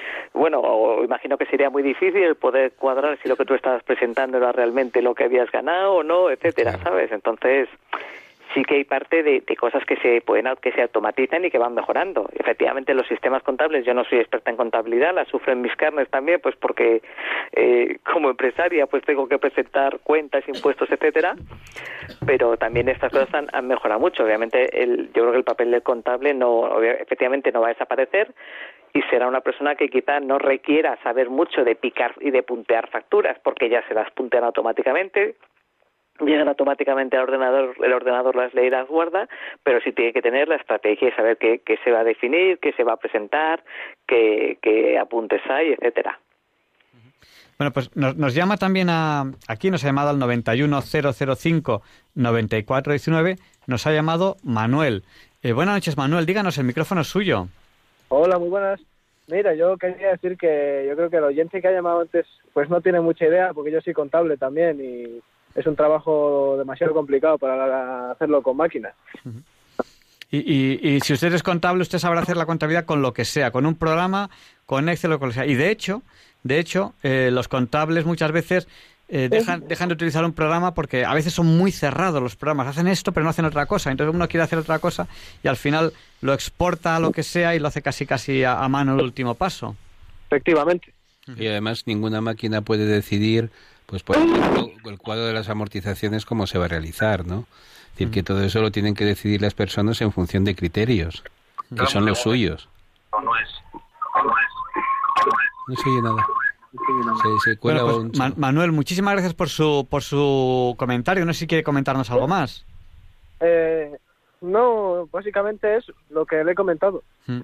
imagino que sería muy difícil el poder cuadrar si lo que tú estabas presentando era realmente lo que habías ganado o no, etcétera, ¿sabes? Entonces, sí que hay parte de cosas que se automatizan y que van mejorando. Efectivamente, los sistemas contables, yo no soy experta en contabilidad, la sufro en mis carnes también, pues porque como empresaria pues tengo que presentar cuentas, impuestos, etcétera, pero también estas cosas han mejorado mucho. Obviamente, yo creo que el papel del contable efectivamente no va a desaparecer y será una persona que quizá no requiera saber mucho de picar y de puntear facturas, porque ya se las puntean automáticamente, llegan automáticamente al ordenador, el ordenador las lee y las guarda, pero sí tiene que tener la estrategia y saber qué se va a definir, qué se va a presentar, qué apuntes hay, etcétera. Bueno, pues nos llama también aquí nos ha llamado al 91005-9419, nos ha llamado Manuel. Buenas noches, Manuel, díganos, el micrófono es suyo. Hola, muy buenas. Mira, yo quería decir que yo creo que el oyente que ha llamado antes pues no tiene mucha idea, porque yo soy contable también y es un trabajo demasiado complicado para hacerlo con máquinas. Y si usted es contable, usted sabrá hacer la contabilidad con lo que sea, con un programa, con Excel o con lo que sea. Y de hecho, los contables muchas veces dejan de utilizar un programa porque a veces son muy cerrados los programas. Hacen esto, pero no hacen otra cosa. Entonces uno quiere hacer otra cosa y al final lo exporta a lo que sea y lo hace casi a mano el último paso. Efectivamente. Y además ninguna máquina puede decidir Pues por ejemplo, el cuadro de las amortizaciones, cómo se va a realizar, ¿no? Es decir, que todo eso lo tienen que decidir las personas en función de criterios, que son los suyos. No se oye nada. Se cuela bueno, pues, Manuel, muchísimas gracias por su comentario. No sé si quiere comentarnos algo más. No, básicamente es lo que le he comentado.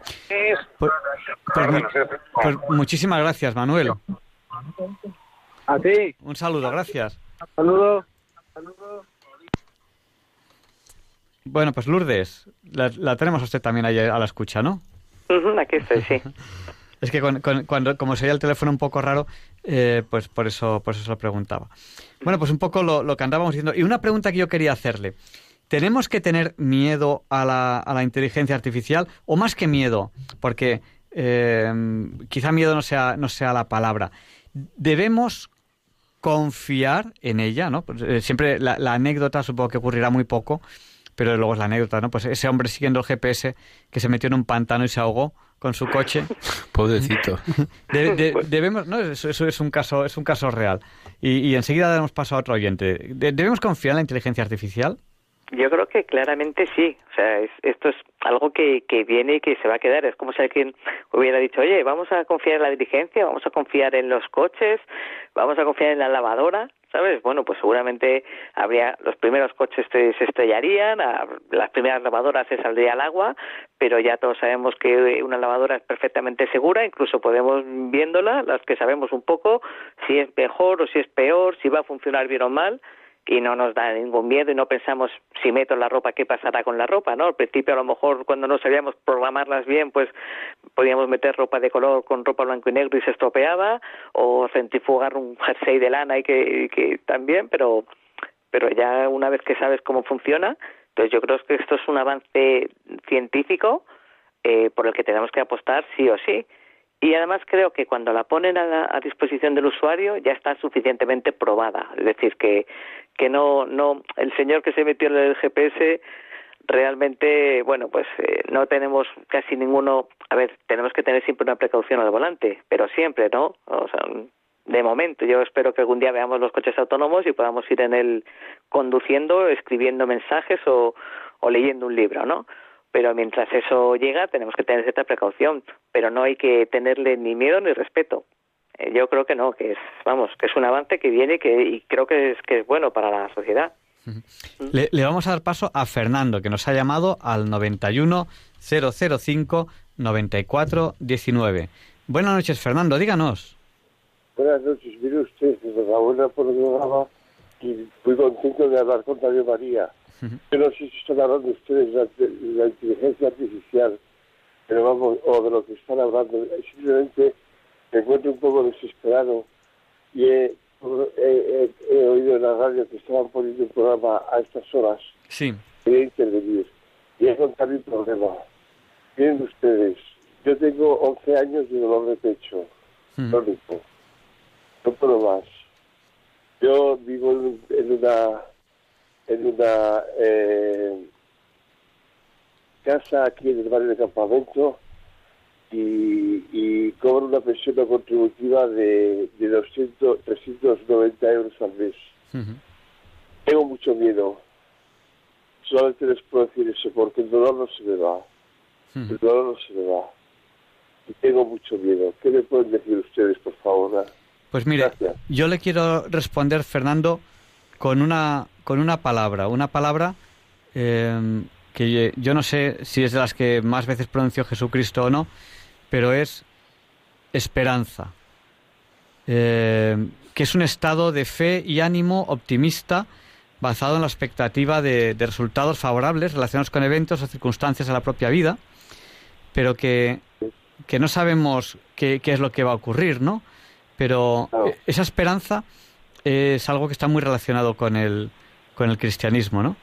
Pues muchísimas gracias, Manuel. A ti. Un saludo, gracias. Saludo. Bueno, pues Lourdes, la tenemos a usted también ahí a la escucha, ¿no? Aquí estoy, sí. Es que cuando como sería el teléfono un poco raro, pues por eso se lo preguntaba. Bueno, pues un poco lo que andábamos diciendo. Y una pregunta que yo quería hacerle. ¿Tenemos que tener miedo a la inteligencia artificial? O más que miedo, porque quizá miedo no sea la palabra. ¿Debemos confiar en ella, ¿no? Pues, siempre la anécdota supongo que ocurrirá muy poco, pero luego es la anécdota, ¿no? Pues ese hombre siguiendo el GPS que se metió en un pantano y se ahogó con su coche. Pobrecito. Debemos, no, eso es un caso real. Y enseguida damos paso a otro oyente. ¿Debemos confiar en la inteligencia artificial? Yo creo que claramente sí. O sea, esto es algo que viene y que se va a quedar. Es como si alguien hubiera dicho, oye, vamos a confiar en la diligencia, vamos a confiar en los coches, vamos a confiar en la lavadora, ¿sabes? Bueno, pues seguramente los primeros coches se estrellarían, las primeras lavadoras se saldría al agua, pero ya todos sabemos que una lavadora es perfectamente segura, incluso podemos viéndola, las que sabemos un poco, si es mejor o si es peor, si va a funcionar bien o mal, y no nos da ningún miedo y no pensamos si meto la ropa, qué pasará con la ropa, ¿no? Al principio a lo mejor cuando no sabíamos programarlas bien, pues podíamos meter ropa de color con ropa blanco y negro y se estropeaba, o centrifugar un jersey de lana y que también, pero ya una vez que sabes cómo funciona, entonces yo creo que esto es un avance científico por el que tenemos que apostar sí o sí. Y además creo que cuando la ponen a disposición del usuario ya está suficientemente probada. Es decir, que no el señor que se metió en el GPS realmente, bueno, pues no tenemos casi ninguno. A ver, tenemos que tener siempre una precaución al volante, pero siempre, ¿no? O sea, de momento, yo espero que algún día veamos los coches autónomos y podamos ir en él conduciendo, escribiendo mensajes o leyendo un libro, ¿no? Pero mientras eso llega tenemos que tener cierta precaución, pero no hay que tenerle ni miedo ni respeto. Yo creo que no, que es un avance que viene y creo que es bueno para la sociedad. Le vamos a dar paso a Fernando, que nos ha llamado al 91 005 94 19. Buenas noches, Fernando, díganos. Buenas noches, mire usted, enhorabuena por el programa y muy contento de hablar con Radio María. Yo no sé si están hablando ustedes de la inteligencia artificial, pero vamos, o de lo que están hablando. Simplemente me encuentro un poco desesperado y he oído en la radio que estaban poniendo un programa a estas horas. Sí. Quería intervenir y he contado mi problema. Miren ustedes, yo tengo 11 años de dolor de pecho crónico. No puedo más. Yo vivo en una casa aquí en el barrio de Campamento y cobro una pensión no contributiva de 390 euros al mes. Tengo mucho miedo. Solamente les puedo decir eso porque el dolor no se me va. El dolor no se me va. Y tengo mucho miedo. ¿Qué me pueden decir ustedes, por favor? Pues mire, gracias. Yo le quiero responder, Fernando, con una palabra que yo no sé si es de las que más veces pronunció Jesucristo o no, pero es esperanza, que es un estado de fe y ánimo optimista basado en la expectativa de resultados favorables relacionados con eventos o circunstancias de la propia vida, pero que no sabemos qué es lo que va a ocurrir, ¿no? Pero esa esperanza es algo que está muy relacionado con el cristianismo, ¿no?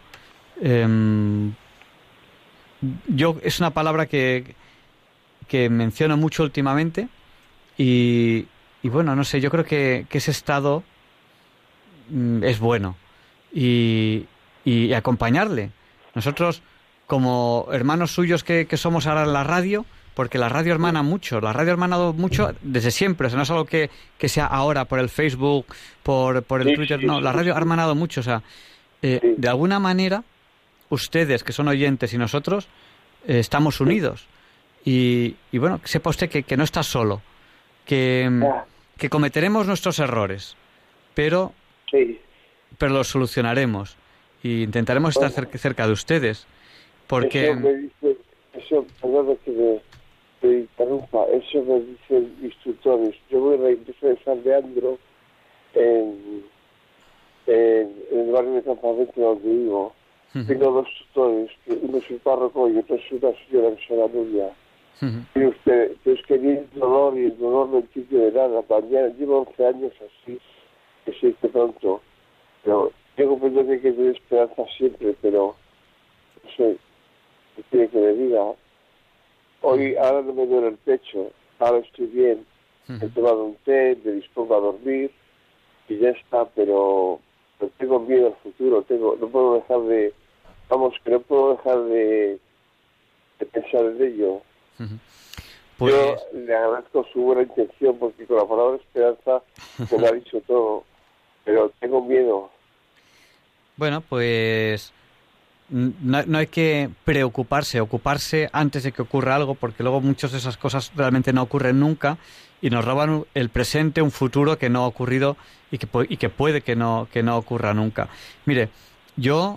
Es una palabra que menciono mucho últimamente y bueno, no sé, yo creo que ese estado es bueno y acompañarle. Nosotros, como hermanos suyos que somos ahora en la radio, porque la radio hermana mucho, la radio ha hermanado mucho desde siempre, o sea, no es algo que sea ahora por el Facebook, por el Twitter, no, la radio ha hermanado mucho, o sea, de alguna manera, ustedes que son oyentes y nosotros estamos unidos, y bueno, sepa usted que no está solo, que cometeremos nuestros errores, pero los solucionaremos, y intentaremos estar cerca de ustedes, porque... Perdón que me interrumpa, eso me dicen instructores. Yo voy a San Leandro, en el barrio de Campamento donde vivo. Tengo dos tutores, uno es el párroco y otro es una señora que se llama Nuria. Y usted, es que ni el dolor y el dolor no entiende de nada. Mañana llevo 11 años así, que se dice pronto. Pero yo comprendo que hay que tener esperanza siempre, pero no sé, ¿qué quiere que me diga? Hoy, ahora no me duele el pecho, ahora estoy bien. He tomado un té, me dispongo a dormir y ya está, pero tengo miedo al futuro. No puedo dejar de... que no puedo dejar de pensar en ello. Pues... Yo le agradezco su buena intención porque con la palabra esperanza me lo ha dicho todo, pero tengo miedo. Bueno, pues no hay que ocuparse antes de que ocurra algo, porque luego muchas de esas cosas realmente no ocurren nunca y nos roban el presente, un futuro que no ha ocurrido y que puede que no ocurra nunca. Mire, yo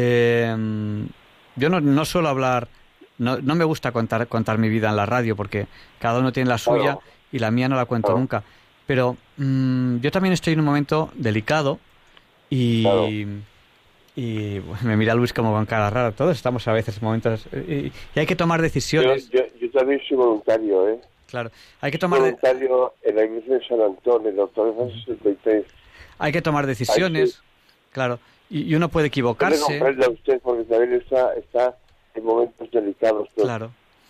no suelo hablar, no me gusta contar mi vida en la radio porque cada uno tiene la suya y la mía no la cuento nunca. Pero yo también estoy en un momento delicado y me mira Luis como con cara rara. Todos estamos a veces en momentos y hay que tomar decisiones. Yo también soy voluntario, ¿eh? Claro, hay que tomar voluntario en la iglesia de San Antonio, en la Autoridad 63. Hay que tomar decisiones, claro, y uno puede equivocarse. Yo le comprendo a usted porque también está en momentos delicados. Claro.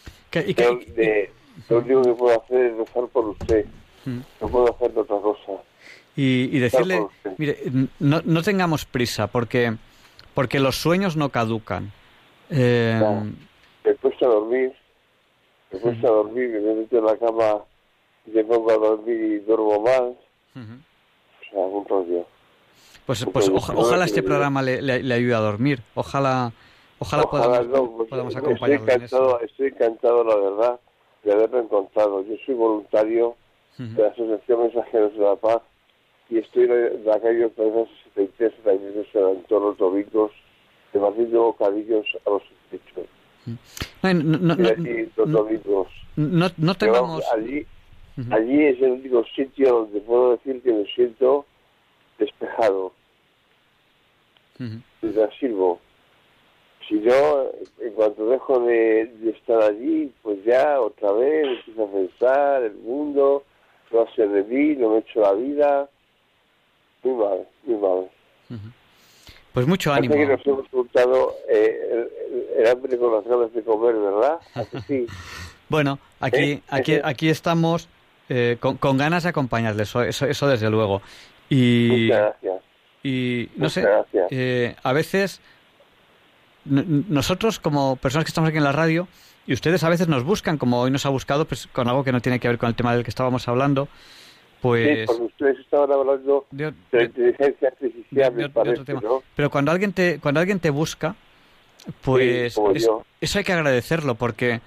Lo único que puedo hacer es rezar por usted. No puedo hacer otra cosa. Y decirle, mire, no tengamos prisa porque los sueños no caducan. Me cuesta dormir, me meto en la cama y me pongo a dormir y duermo mal. O sea, un rollo. Pues ojalá este programa le ayude a dormir. Ojalá podamos acompañarlo en eso. Estoy encantado, la verdad, de haberlo encontrado. Yo soy voluntario de la Asociación Mensajeros de la Paz y estoy en la calle Autoridad 63, en la iglesia de San Antonio, los domingos, repartiendo bocadillos a los suscritos. No tengamos... Allí es el único sitio donde puedo decir que me siento despejado. Y la sirvo. Si no, en cuanto dejo de estar allí, pues ya otra vez empiezo a pensar el mundo, no va a ser de mí, no me he hecho la vida. Muy mal. Pues mucho ánimo. Parece que nos hemos juntado el hambre con las ganas de comer, ¿verdad? Así sí. Bueno, aquí estamos con ganas de acompañarles, eso desde luego. Y, muchas gracias. Y no sé, gracias. A veces nosotros como personas que estamos aquí en la radio y ustedes a veces nos buscan, como hoy nos ha buscado, pues con algo que no tiene que ver con el tema del que estábamos hablando. Pues... Sí, porque ustedes estaban hablando de la inteligencia artificial, me parece, ¿no? Pero cuando alguien te busca, pues sí, eso hay que agradecerlo, porque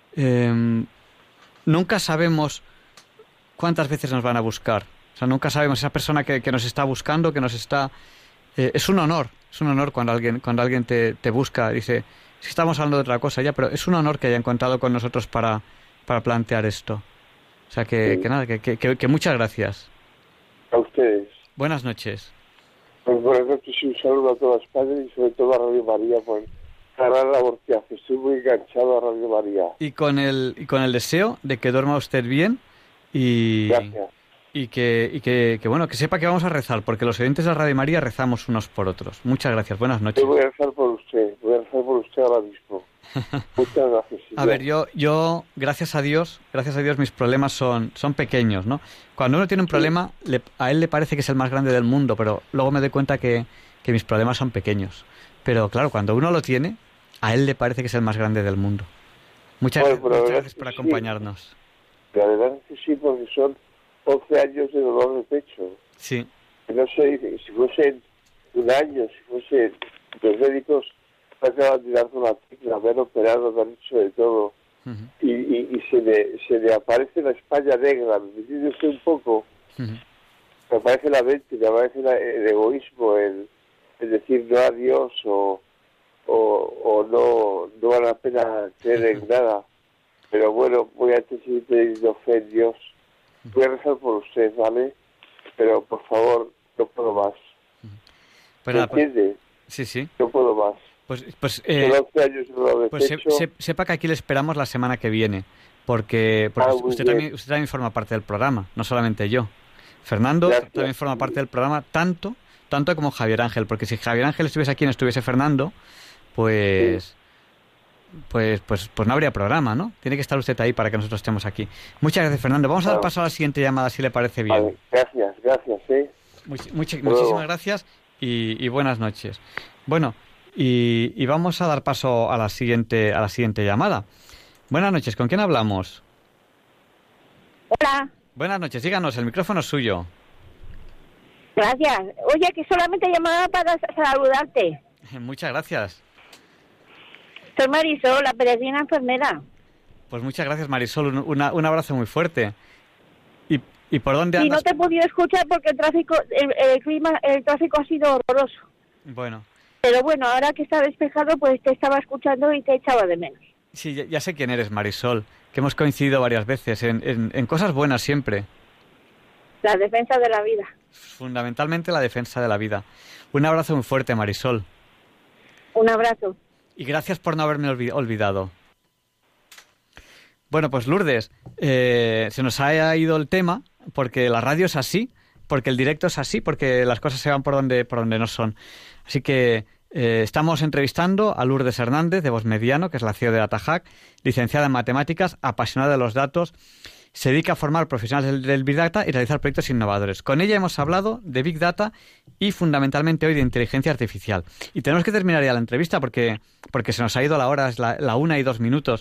nunca sabemos cuántas veces nos van a buscar. O sea, nunca sabemos esa persona que nos está buscando, que nos está... es un honor cuando alguien te busca, dice, si estamos hablando de otra cosa ya, pero es un honor que hayan contado con nosotros para plantear esto. O sea, que nada, que muchas gracias. A ustedes. Buenas noches. Pues buenas noches y un saludo a todas las padres y sobre todo a Radio María por la gran labor que hace. Estoy muy enganchado a Radio María. Y con el deseo de que duerma usted bien y... Gracias. Y que bueno, que sepa que vamos a rezar, porque los oyentes de Radio María rezamos unos por otros. Muchas gracias, buenas noches. Yo voy a rezar por usted ahora mismo. Muchas gracias. A ver, yo gracias a Dios, mis problemas son pequeños, ¿no? Cuando uno tiene un problema, a él le parece que es el más grande del mundo, pero luego me doy cuenta que mis problemas son pequeños. Pero claro, cuando uno lo tiene, a él le parece que es el más grande del mundo. Muchas gracias por acompañarnos. Sí. La verdad es que sí, porque son 11 años de dolor de pecho. Sí. No sé, si fuesen un año, si fuesen los médicos me acaban de dar una tecla, me han operado, me han hecho de todo. Uh-huh. Y se le aparece la España negra, ¿me entiende usted un poco? Uh-huh. Me aparece la mente, me aparece el egoísmo, el decir no a Dios o no vale la pena creer en nada. Pero bueno, voy a seguir teniendo fe en Dios. Voy a rezar por usted, ¿vale? Pero por favor, no puedo más. Pues ¿me entiende? Sí. No puedo más. Pues sepa que aquí le esperamos la semana que viene, porque usted también forma parte del programa, no solamente yo. Fernando también forma parte del programa, tanto como Javier Ángel, porque si Javier Ángel estuviese aquí y no estuviese Fernando, pues no habría programa, ¿no? Tiene que estar usted ahí para que nosotros estemos aquí. Muchas gracias, Fernando. Vamos a dar paso a la siguiente llamada, si le parece bien. Vale, gracias. Muchísimas gracias y buenas noches. Bueno, y vamos a dar paso a la siguiente llamada. Buenas noches, ¿con quién hablamos? Hola. Buenas noches, díganos, el micrófono es suyo. Gracias. Oye, que solamente llamaba para saludarte. Muchas gracias. Soy Marisol, la peregrina enfermera. Pues muchas gracias, Marisol, un abrazo muy fuerte. ¿Y por dónde andas? Y no te he podido escuchar porque el tráfico ha sido horroroso. Bueno. Pero bueno, ahora que está despejado, pues te estaba escuchando y te echaba de menos. Sí, ya sé quién eres, Marisol, que hemos coincidido varias veces en cosas buenas siempre. La defensa de la vida. Fundamentalmente la defensa de la vida. Un abrazo muy fuerte, Marisol. Un abrazo. Y gracias por no haberme olvidado. Bueno, pues Lourdes, se nos ha ido el tema, porque la radio es así, porque el directo es así, porque las cosas se van por donde no son. Así que estamos entrevistando a Lourdes Hernández, de Bosmediano, que es la CEO de DataHack, licenciada en matemáticas, apasionada de los datos, se dedica a formar profesionales del Big Data y realizar proyectos innovadores. Con ella hemos hablado de Big Data y fundamentalmente hoy de inteligencia artificial. Y tenemos que terminar ya la entrevista porque se nos ha ido la hora, es la 1:02.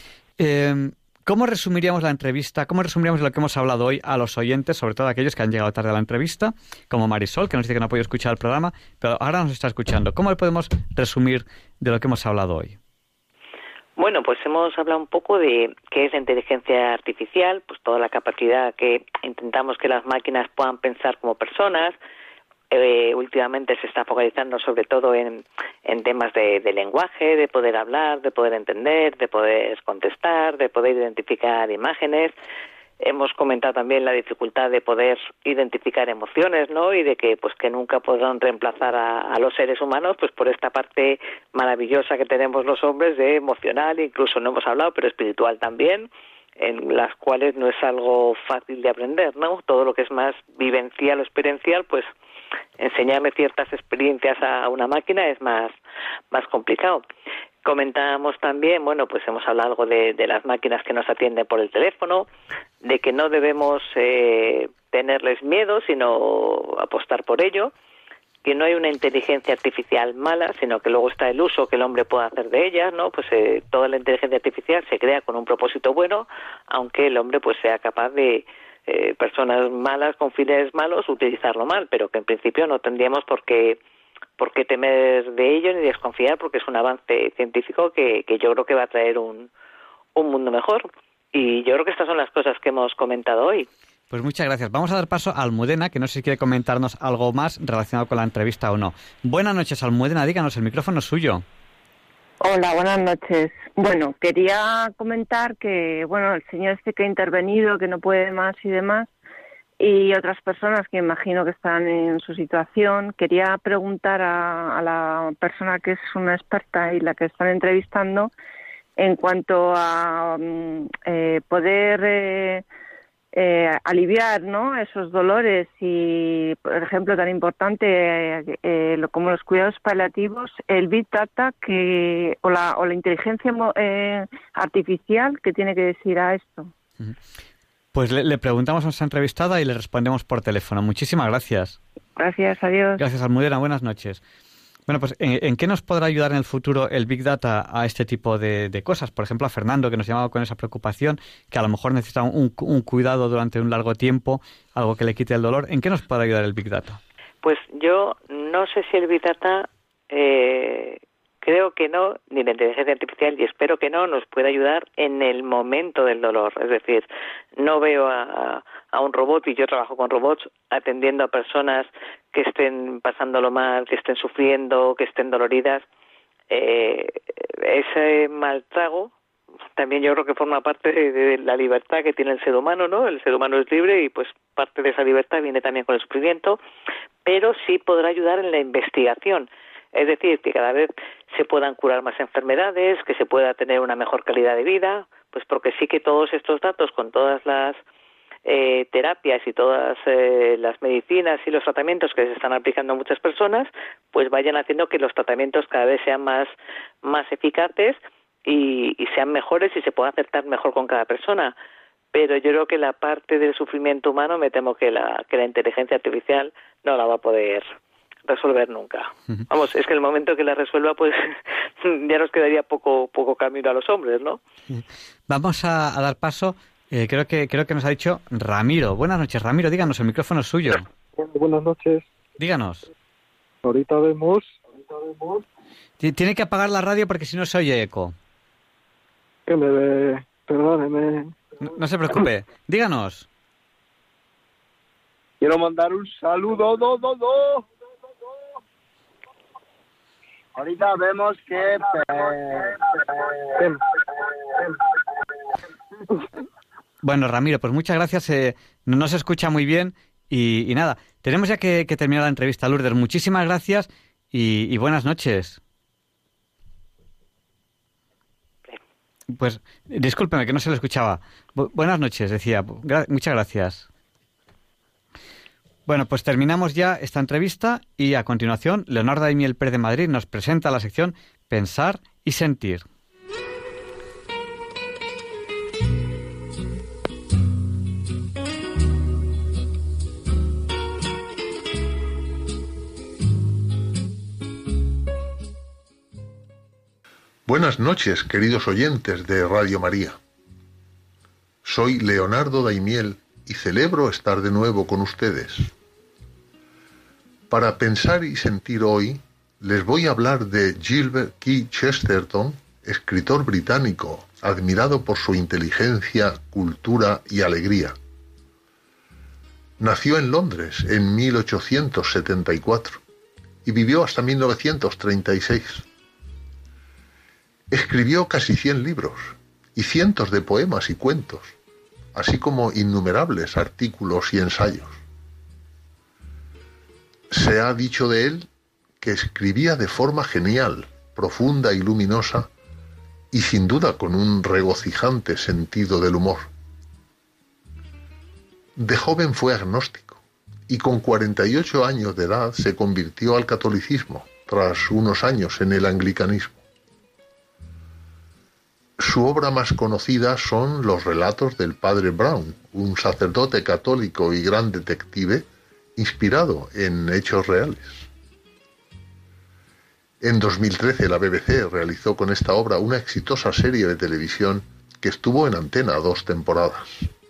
¿Cómo resumiríamos la entrevista? ¿Cómo resumiríamos lo que hemos hablado hoy a los oyentes, sobre todo a aquellos que han llegado tarde a la entrevista, como Marisol, que nos dice que no ha podido escuchar el programa, pero ahora nos está escuchando? ¿Cómo le podemos resumir de lo que hemos hablado hoy? Bueno, pues hemos hablado un poco de qué es la inteligencia artificial, pues toda la capacidad que intentamos que las máquinas puedan pensar como personas. Últimamente se está focalizando sobre todo en temas de lenguaje, de poder hablar, de poder entender, de poder contestar, de poder identificar imágenes. Hemos comentado también la dificultad de poder identificar emociones, ¿no? Y de que nunca podrán reemplazar a los seres humanos, pues por esta parte maravillosa que tenemos los hombres de emocional, incluso no hemos hablado, pero espiritual también, en las cuales no es algo fácil de aprender, ¿no? Todo lo que es más vivencial o experiencial, pues enseñarme ciertas experiencias a una máquina es más complicado. Comentábamos también, bueno, pues hemos hablado algo de las máquinas que nos atienden por el teléfono, de que no debemos tenerles miedo, sino apostar por ello, que no hay una inteligencia artificial mala, sino que luego está el uso que el hombre puede hacer de ella, ¿no? Pues toda la inteligencia artificial se crea con un propósito bueno, aunque el hombre pues sea capaz de personas malas con fines malos utilizarlo mal, pero que en principio no tendríamos por qué temer de ello ni desconfiar, porque es un avance científico que yo creo que va a traer un mundo mejor. Y yo creo que estas son las cosas que hemos comentado hoy. Pues muchas gracias. Vamos a dar paso a Almudena, que no sé si quiere comentarnos algo más relacionado con la entrevista o no. Buenas noches, Almudena, díganos, el micrófono es suyo. Hola, buenas noches. Bueno, quería comentar que, bueno, el señor que ha intervenido, que no puede más y demás, y otras personas que imagino que están en su situación, quería preguntar a la persona que es una experta y la que están entrevistando en cuanto a poder aliviar, ¿no?, esos dolores y, por ejemplo, tan importante como los cuidados paliativos, el Big Data o la inteligencia artificial, ¿qué tiene que decir a esto? Pues le preguntamos a nuestra entrevistada y le respondemos por teléfono. Muchísimas gracias. Gracias, adiós. Gracias, Almudena, buenas noches. Bueno, pues ¿en qué nos podrá ayudar en el futuro el Big Data a este tipo de cosas? Por ejemplo, a Fernando, que nos llamaba con esa preocupación, que a lo mejor necesita un cuidado durante un largo tiempo, algo que le quite el dolor. ¿En qué nos podrá ayudar el Big Data? Pues yo no sé si el Big Data, creo que no, ni la inteligencia artificial, y espero que no, nos pueda ayudar en el momento del dolor. Es decir, no veo a un robot, y yo trabajo con robots, atendiendo a personas que estén pasándolo mal, que estén sufriendo, que estén doloridas. Ese mal trago también yo creo que forma parte de la libertad que tiene el ser humano, ¿no? El ser humano es libre y pues parte de esa libertad viene también con el sufrimiento, pero sí podrá ayudar en la investigación. Es decir, que cada vez se puedan curar más enfermedades, que se pueda tener una mejor calidad de vida, pues porque sí que todos estos datos con todas las terapias y todas las medicinas y los tratamientos que se están aplicando a muchas personas, pues vayan haciendo que los tratamientos cada vez sean más eficaces y sean mejores y se pueda acertar mejor con cada persona. Pero yo creo que la parte del sufrimiento humano me temo que la inteligencia artificial no la va a poder resolver nunca. Vamos, es que el momento que la resuelva, pues ya nos quedaría poco camino a los hombres, ¿no? Vamos a dar paso. Creo que nos ha dicho Ramiro. Buenas noches, Ramiro, díganos, el micrófono es suyo. Buenas noches. Díganos. Ahorita vemos. Tiene que apagar la radio porque si no se oye eco. Perdóneme. No se preocupe. Díganos. Quiero mandar un saludo. Ahorita vemos que... Bueno, Ramiro, pues muchas gracias. No se escucha muy bien y nada. Tenemos ya que terminar la entrevista, Lourdes. Muchísimas gracias y buenas noches. Pues discúlpeme que no se le escuchaba. Buenas noches, decía. Muchas gracias. Bueno, pues terminamos ya esta entrevista y a continuación Leonardo Daimiel Pérez de Madrid nos presenta la sección Pensar y Sentir. Buenas noches, queridos oyentes de Radio María. Soy Leonardo Daimiel y celebro estar de nuevo con ustedes. Para pensar y sentir hoy, les voy a hablar de Gilbert Keith Chesterton, escritor británico, admirado por su inteligencia, cultura y alegría. Nació en Londres en 1874 y vivió hasta 1936. Escribió casi 100 libros y cientos de poemas y cuentos, así como innumerables artículos y ensayos. Se ha dicho de él que escribía de forma genial, profunda y luminosa, y sin duda con un regocijante sentido del humor. De joven fue agnóstico, y con 48 años de edad se convirtió al catolicismo, tras unos años en el anglicanismo. Su obra más conocida son los relatos del padre Brown, un sacerdote católico y gran detective inspirado en hechos reales. En 2013 la BBC realizó con esta obra una exitosa serie de televisión que estuvo en antena 2 temporadas.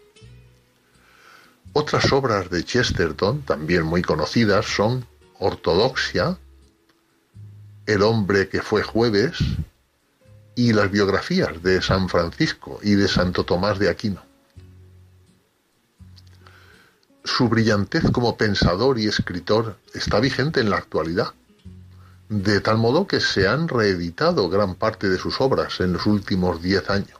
Otras obras de Chesterton, también muy conocidas, son Ortodoxia, El hombre que fue jueves y las biografías de San Francisco y de Santo Tomás de Aquino. Su brillantez como pensador y escritor está vigente en la actualidad, de tal modo que se han reeditado gran parte de sus obras en los últimos 10 años.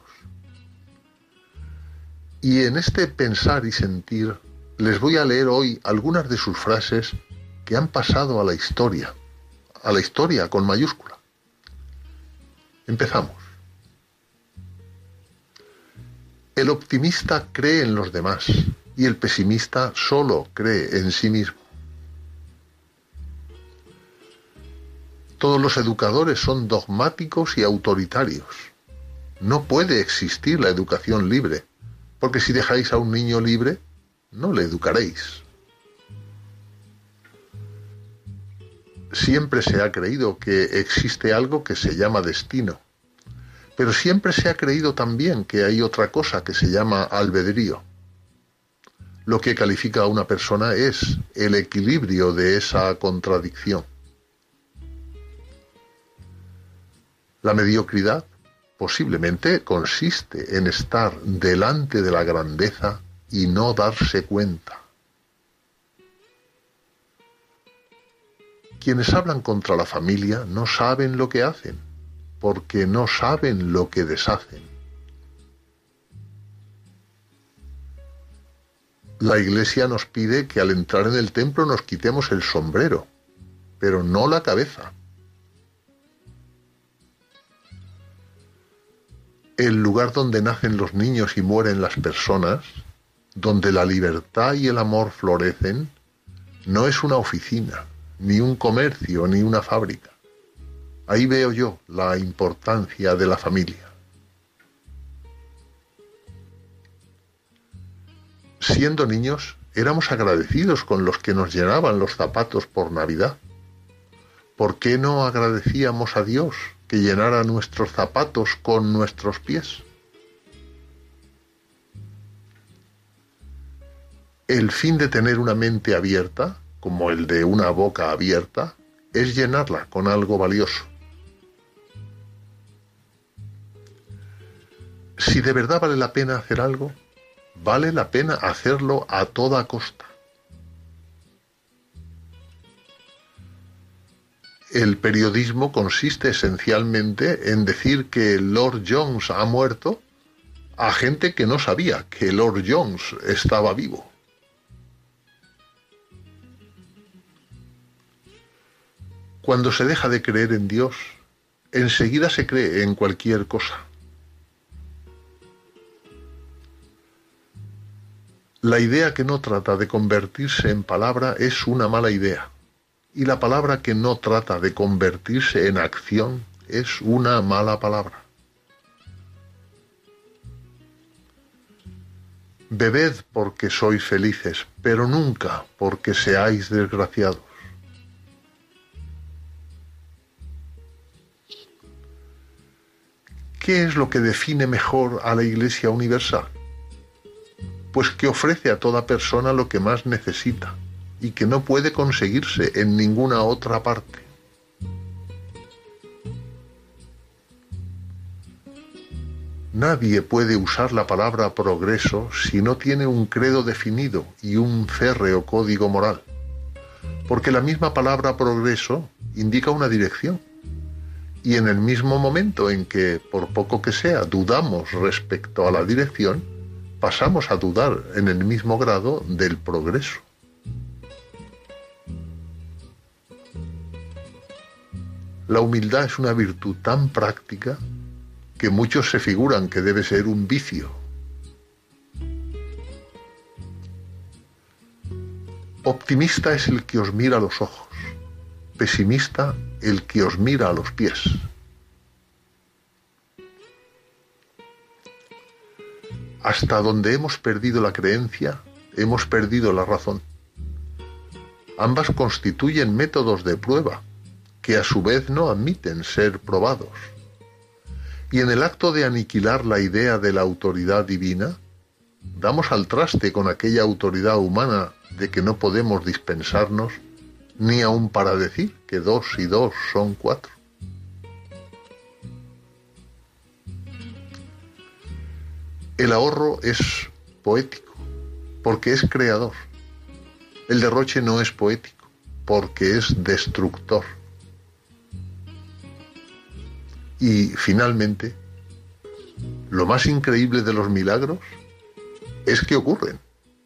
Y en este pensar y sentir les voy a leer hoy algunas de sus frases que han pasado a la historia con mayúscula. Empezamos. El optimista cree en los demás y el pesimista solo cree en sí mismo. Todos los educadores son dogmáticos y autoritarios. No puede existir la educación libre, porque si dejáis a un niño libre, no le educaréis. Siempre se ha creído que existe algo que se llama destino, pero siempre se ha creído también que hay otra cosa que se llama albedrío. Lo que califica a una persona es el equilibrio de esa contradicción. La mediocridad posiblemente consiste en estar delante de la grandeza y no darse cuenta. Quienes hablan contra la familia no saben lo que hacen, porque no saben lo que deshacen. La Iglesia nos pide que al entrar en el templo nos quitemos el sombrero, pero no la cabeza. El lugar donde nacen los niños y mueren las personas, donde la libertad y el amor florecen, no es una oficina, ni un comercio, ni una fábrica. Ahí veo yo la importancia de la familia. Siendo niños, éramos agradecidos con los que nos llenaban los zapatos por Navidad. ¿Por qué no agradecíamos a Dios que llenara nuestros zapatos con nuestros pies? El fin de tener una mente abierta, como el de una boca abierta, es llenarla con algo valioso. Si de verdad vale la pena hacer algo, vale la pena hacerlo a toda costa. El periodismo consiste esencialmente en decir que Lord Jones ha muerto a gente que no sabía que Lord Jones estaba vivo. Cuando se deja de creer en Dios, enseguida se cree en cualquier cosa. La idea que no trata de convertirse en palabra es una mala idea, y la palabra que no trata de convertirse en acción es una mala palabra. Bebed porque sois felices, pero nunca porque seáis desgraciados. ¿Qué es lo que define mejor a la Iglesia Universal? Pues que ofrece a toda persona lo que más necesita y que no puede conseguirse en ninguna otra parte. Nadie puede usar la palabra progreso si no tiene un credo definido y un férreo código moral, porque la misma palabra progreso indica una dirección. Y en el mismo momento en que, por poco que sea, dudamos respecto a la dirección, pasamos a dudar en el mismo grado del progreso. La humildad es una virtud tan práctica que muchos se figuran que debe ser un vicio. Optimista es el que os mira a los ojos, pesimista el que os mira a los pies. Hasta donde hemos perdido la creencia, hemos perdido la razón. Ambas constituyen métodos de prueba, que a su vez no admiten ser probados. Y en el acto de aniquilar la idea de la autoridad divina, damos al traste con aquella autoridad humana de que no podemos dispensarnos, ni aun para decir que 2 y 2 son 4. El ahorro es poético, porque es creador. El derroche no es poético, porque es destructor. Y, finalmente, lo más increíble de los milagros es que ocurren.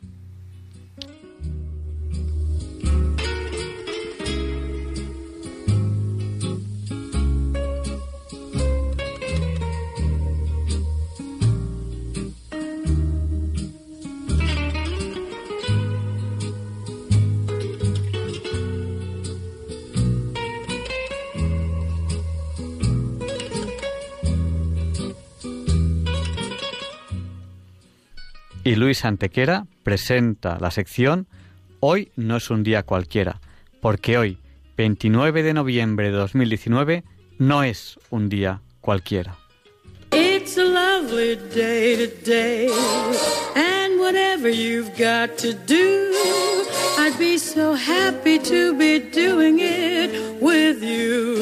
Y Luis Antequera presenta la sección Hoy no es un día cualquiera, porque hoy, 29 de noviembre de 2019, no es un día cualquiera. It's a lovely day today, and whatever you've got to do, I'd be so happy to be doing it with you.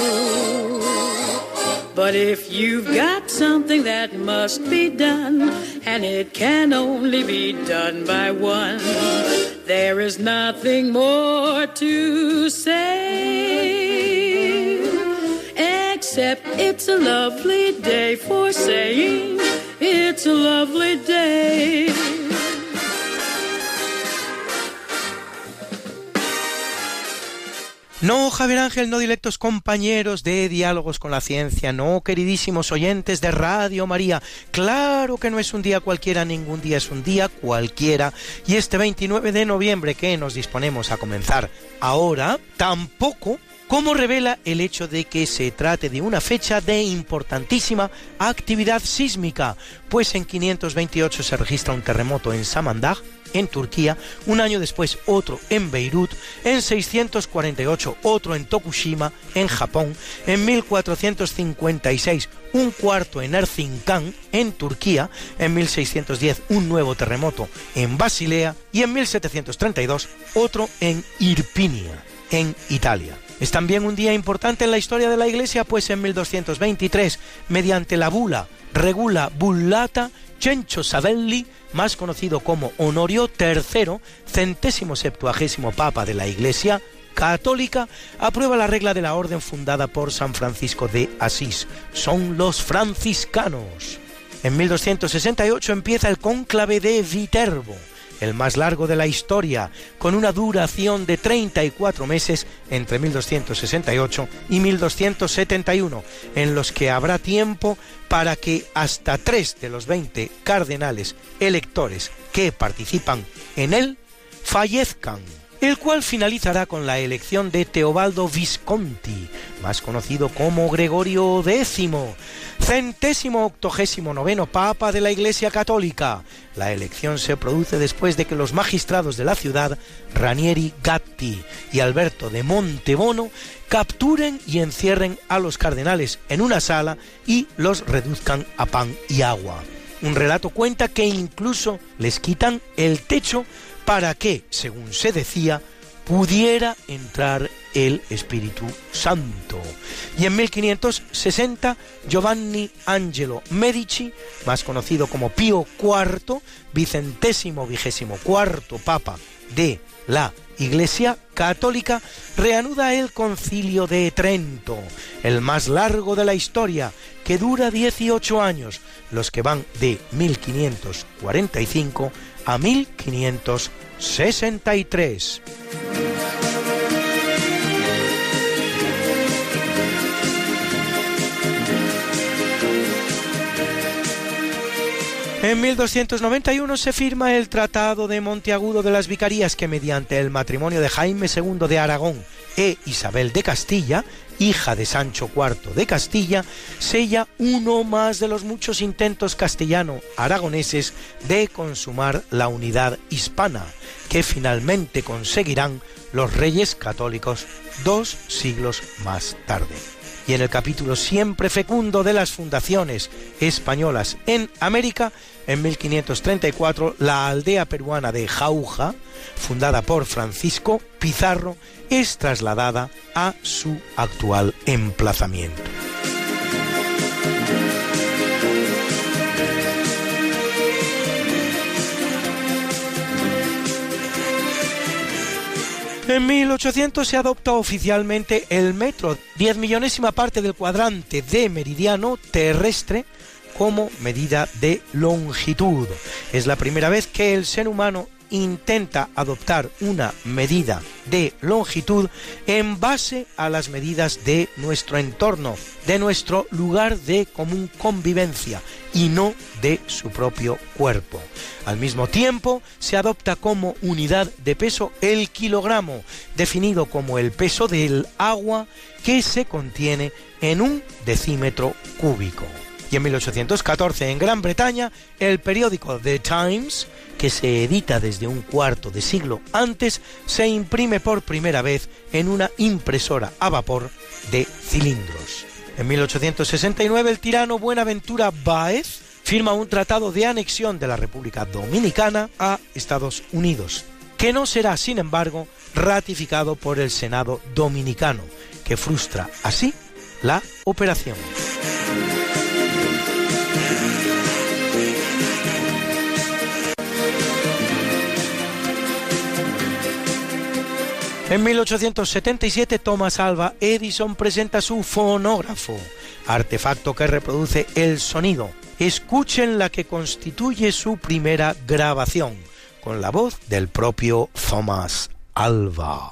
But if you've got something that must be done, and it can only be done by one, there is nothing more to say, except it's a lovely day for saying it's a lovely day. No, Javier Ángel, no, directos compañeros de Diálogos con la Ciencia, no, queridísimos oyentes de Radio María, claro que no es un día cualquiera, ningún día es un día cualquiera, y este 29 de noviembre que nos disponemos a comenzar ahora, tampoco, como revela el hecho de que se trate de una fecha de importantísima actividad sísmica, pues en 528 se registra un terremoto en Samandag, en Turquía, un año después otro en Beirut, en 648 otro en Tokushima, en Japón, en 1456 un cuarto en Erzincan, en Turquía, en 1610 un nuevo terremoto en Basilea y en 1732 otro en Irpinia, en Italia. Es también un día importante en la historia de la Iglesia, pues en 1223, mediante la bula Regula Bullata, Cencio Savelli, más conocido como Honorio III, 170º Papa de la Iglesia Católica, aprueba la regla de la orden fundada por San Francisco de Asís. Son los franciscanos. En 1268 empieza el cónclave de Viterbo, el más largo de la historia, con una duración de 34 meses entre 1268 y 1271, en los que habrá tiempo para que hasta 3 de los 20 cardenales electores que participan en él fallezcan, el cual finalizará con la elección de Teobaldo Visconti, más conocido como Gregorio X, 189º Papa de la Iglesia Católica. La elección se produce después de que los magistrados de la ciudad, Ranieri Gatti y Alberto de Montebono, capturen y encierren a los cardenales en una sala y los reduzcan a pan y agua. Un relato cuenta que incluso les quitan el techo para que, según se decía, pudiera entrar el Espíritu Santo. Y en 1560, Giovanni Angelo Medici, más conocido como Pío IV, 124º Papa de la Iglesia Católica, reanuda el Concilio de Trento, el más largo de la historia, que dura 18 años, los que van de 1545 a 1563. En 1291 se firma el Tratado de Monteagudo de las Vicarías, que mediante el matrimonio de Jaime II de Aragón e Isabel de Castilla, hija de Sancho IV de Castilla, sella uno más de los muchos intentos castellano-aragoneses de consumar la unidad hispana, que finalmente conseguirán los reyes católicos 2 siglos más tarde. Y en el capítulo siempre fecundo de las fundaciones españolas en América, en 1534, la aldea peruana de Jauja, fundada por Francisco Pizarro, es trasladada a su actual emplazamiento. En 1800 se adopta oficialmente el metro, 10.000.000ª parte del cuadrante de meridiano terrestre, como medida de longitud. Es la primera vez que el ser humano intenta adoptar una medida de longitud en base a las medidas de nuestro entorno, de nuestro lugar de común convivencia y no de su propio cuerpo. Al mismo tiempo, se adopta como unidad de peso el kilogramo, definido como el peso del agua que se contiene en un decímetro cúbico. Y en 1814, en Gran Bretaña, el periódico The Times que se edita desde un cuarto de siglo antes, se imprime por primera vez en una impresora a vapor de cilindros. En 1869 el tirano Buenaventura Báez firma un tratado de anexión de la República Dominicana a Estados Unidos, que no será, sin embargo, ratificado por el Senado dominicano, que frustra así la operación. En 1877 Thomas Alva Edison presenta su fonógrafo, artefacto que reproduce el sonido. Escuchen la que constituye su primera grabación, con la voz del propio Thomas Alva.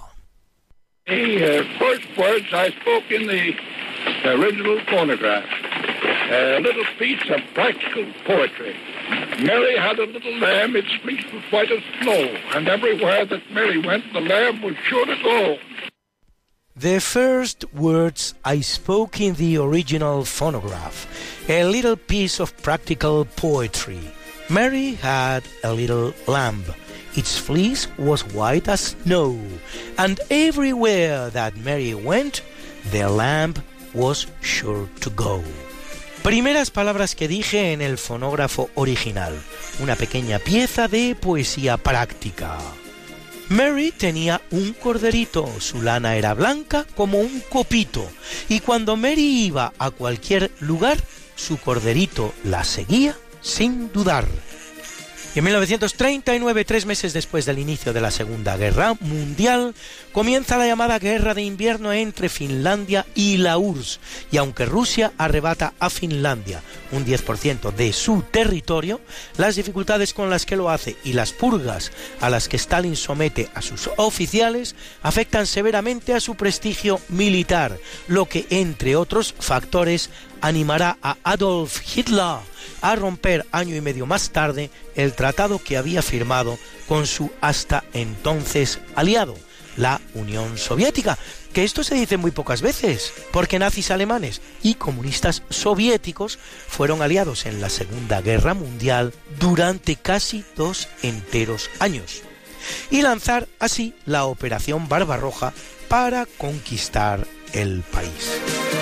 The first words I spoke in the original phonograph, a little piece of practical poetry. Mary had a little lamb, its fleece was white as snow, and everywhere that Mary went, the lamb was sure to go. The first words I spoke in the original phonograph, a little piece of practical poetry. Mary had a little lamb. Its fleece was white as snow, and everywhere that Mary went, the lamb was sure to go. Primeras palabras que dije en el fonógrafo original, una pequeña pieza de poesía práctica. Mary tenía un corderito, su lana era blanca como un copito, y cuando Mary iba a cualquier lugar, su corderito la seguía sin dudar. Y en 1939, 3 meses después del inicio de la Segunda Guerra Mundial, comienza la llamada Guerra de Invierno entre Finlandia y la URSS, y aunque Rusia arrebata a Finlandia un 10% de su territorio, las dificultades con las que lo hace y las purgas a las que Stalin somete a sus oficiales afectan severamente a su prestigio militar, lo que, entre otros factores, animará a Adolf Hitler a romper año y medio más tarde el tratado que había firmado con su hasta entonces aliado, la Unión Soviética, que esto se dice muy pocas veces, porque nazis alemanes y comunistas soviéticos fueron aliados en la Segunda Guerra Mundial durante casi 2 enteros años, y lanzar así la Operación Barbarroja para conquistar el país.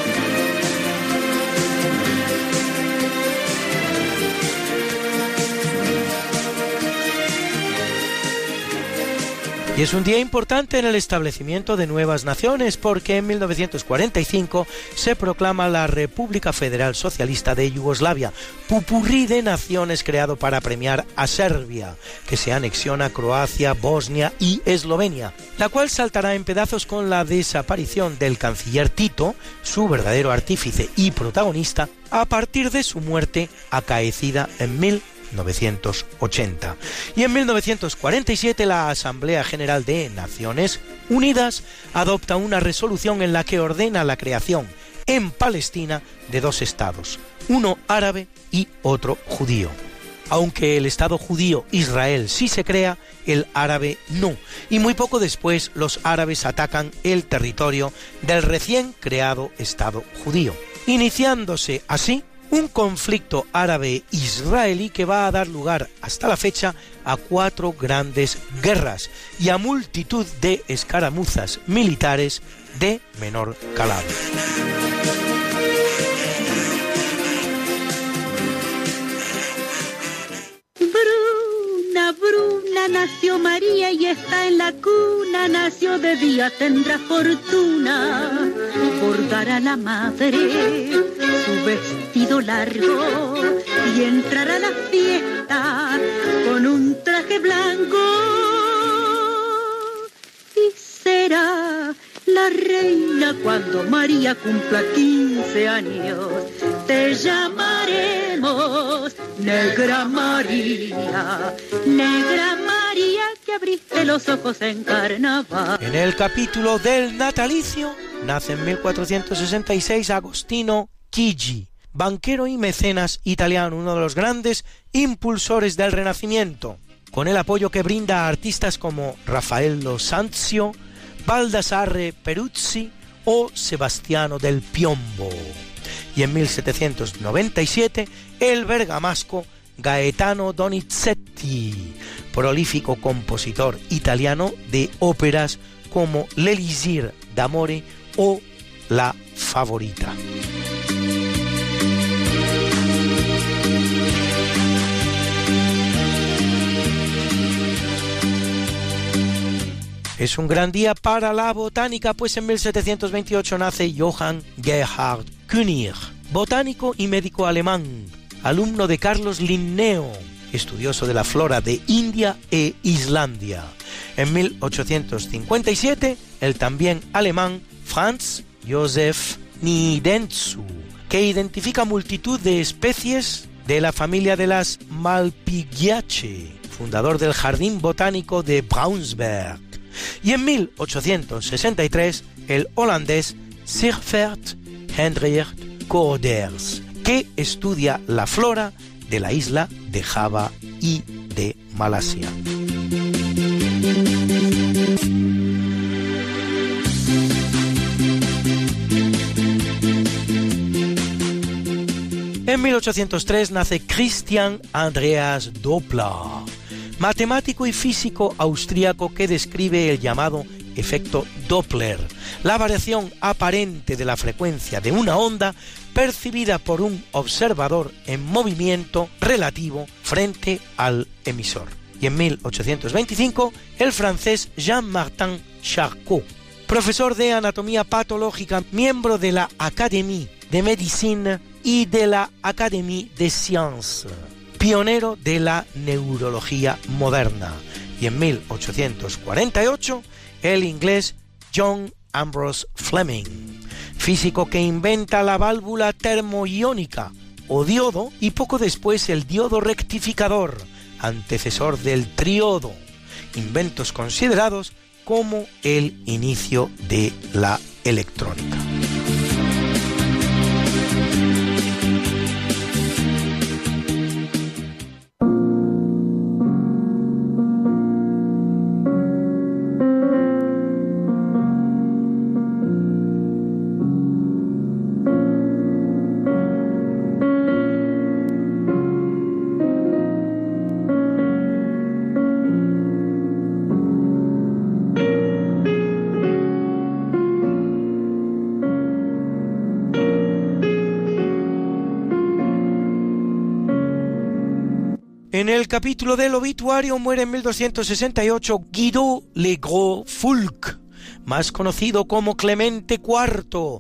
Y es un día importante en el establecimiento de nuevas naciones, porque en 1945 se proclama la República Federal Socialista de Yugoslavia, pupurrí de naciones creado para premiar a Serbia, que se anexiona a Croacia, Bosnia y Eslovenia, la cual saltará en pedazos con la desaparición del canciller Tito, su verdadero artífice y protagonista, a partir de su muerte acaecida en 1980. Y en 1947 la Asamblea General de Naciones Unidas adopta una resolución en la que ordena la creación en Palestina de 2 estados, uno árabe y otro judío. Aunque el Estado judío Israel sí se crea, el árabe no, y muy poco después los árabes atacan el territorio del recién creado Estado judío, iniciándose así un conflicto árabe-israelí que va a dar lugar hasta la fecha a 4 grandes guerras y a multitud de escaramuzas militares de menor calado. Bruna, nació María y está en la cuna, nació de día, tendrá fortuna, bordará la madre su vestido largo y entrará a la fiesta con un traje blanco y será la reina cuando María cumpla 15 años. Te llamaremos Negra María, Negra María, que abriste los ojos en carnaval. En el capítulo del natalicio nace en 1466 Agostino Chigi, banquero y mecenas italiano, uno de los grandes impulsores del Renacimiento, con el apoyo que brinda a artistas como Raffaello Sanzio, Baldassarre Peruzzi o Sebastiano del Piombo. Y en 1797 el bergamasco Gaetano Donizetti, prolífico compositor italiano de óperas como L'Elisir d'Amore o La Favorita. Es un gran día para la botánica, pues en 1728 nace Johann Gerhard König, botánico y médico alemán, alumno de Carlos Linneo, estudioso de la flora de India e Islandia. En 1857, el también alemán Franz Josef Niedenzu, que identifica multitud de especies de la familia de las Malpighiaceae, fundador del Jardín Botánico de Braunschweig. Y en 1863, el holandés Sigvard Hendrik Corders, que estudia la flora de la isla de Java y de Malasia. En 1803 nace Christian Andreas Doppler, matemático y físico austríaco que describe el llamado efecto Doppler, la variación aparente de la frecuencia de una onda percibida por un observador en movimiento relativo frente al emisor. Y en 1825, el francés Jean-Martin Charcot, profesor de anatomía patológica, miembro de la Académie de Médecine y de la Académie des Sciences, pionero de la neurología moderna. Y en 1848, el inglés John Ambrose Fleming, físico que inventa la válvula termoiónica o diodo, y poco después el diodo rectificador, antecesor del triodo, inventos considerados como el inicio de la electrónica. En el capítulo del obituario muere en 1268 Guido Le Gros Fulk, más conocido como Clemente IV,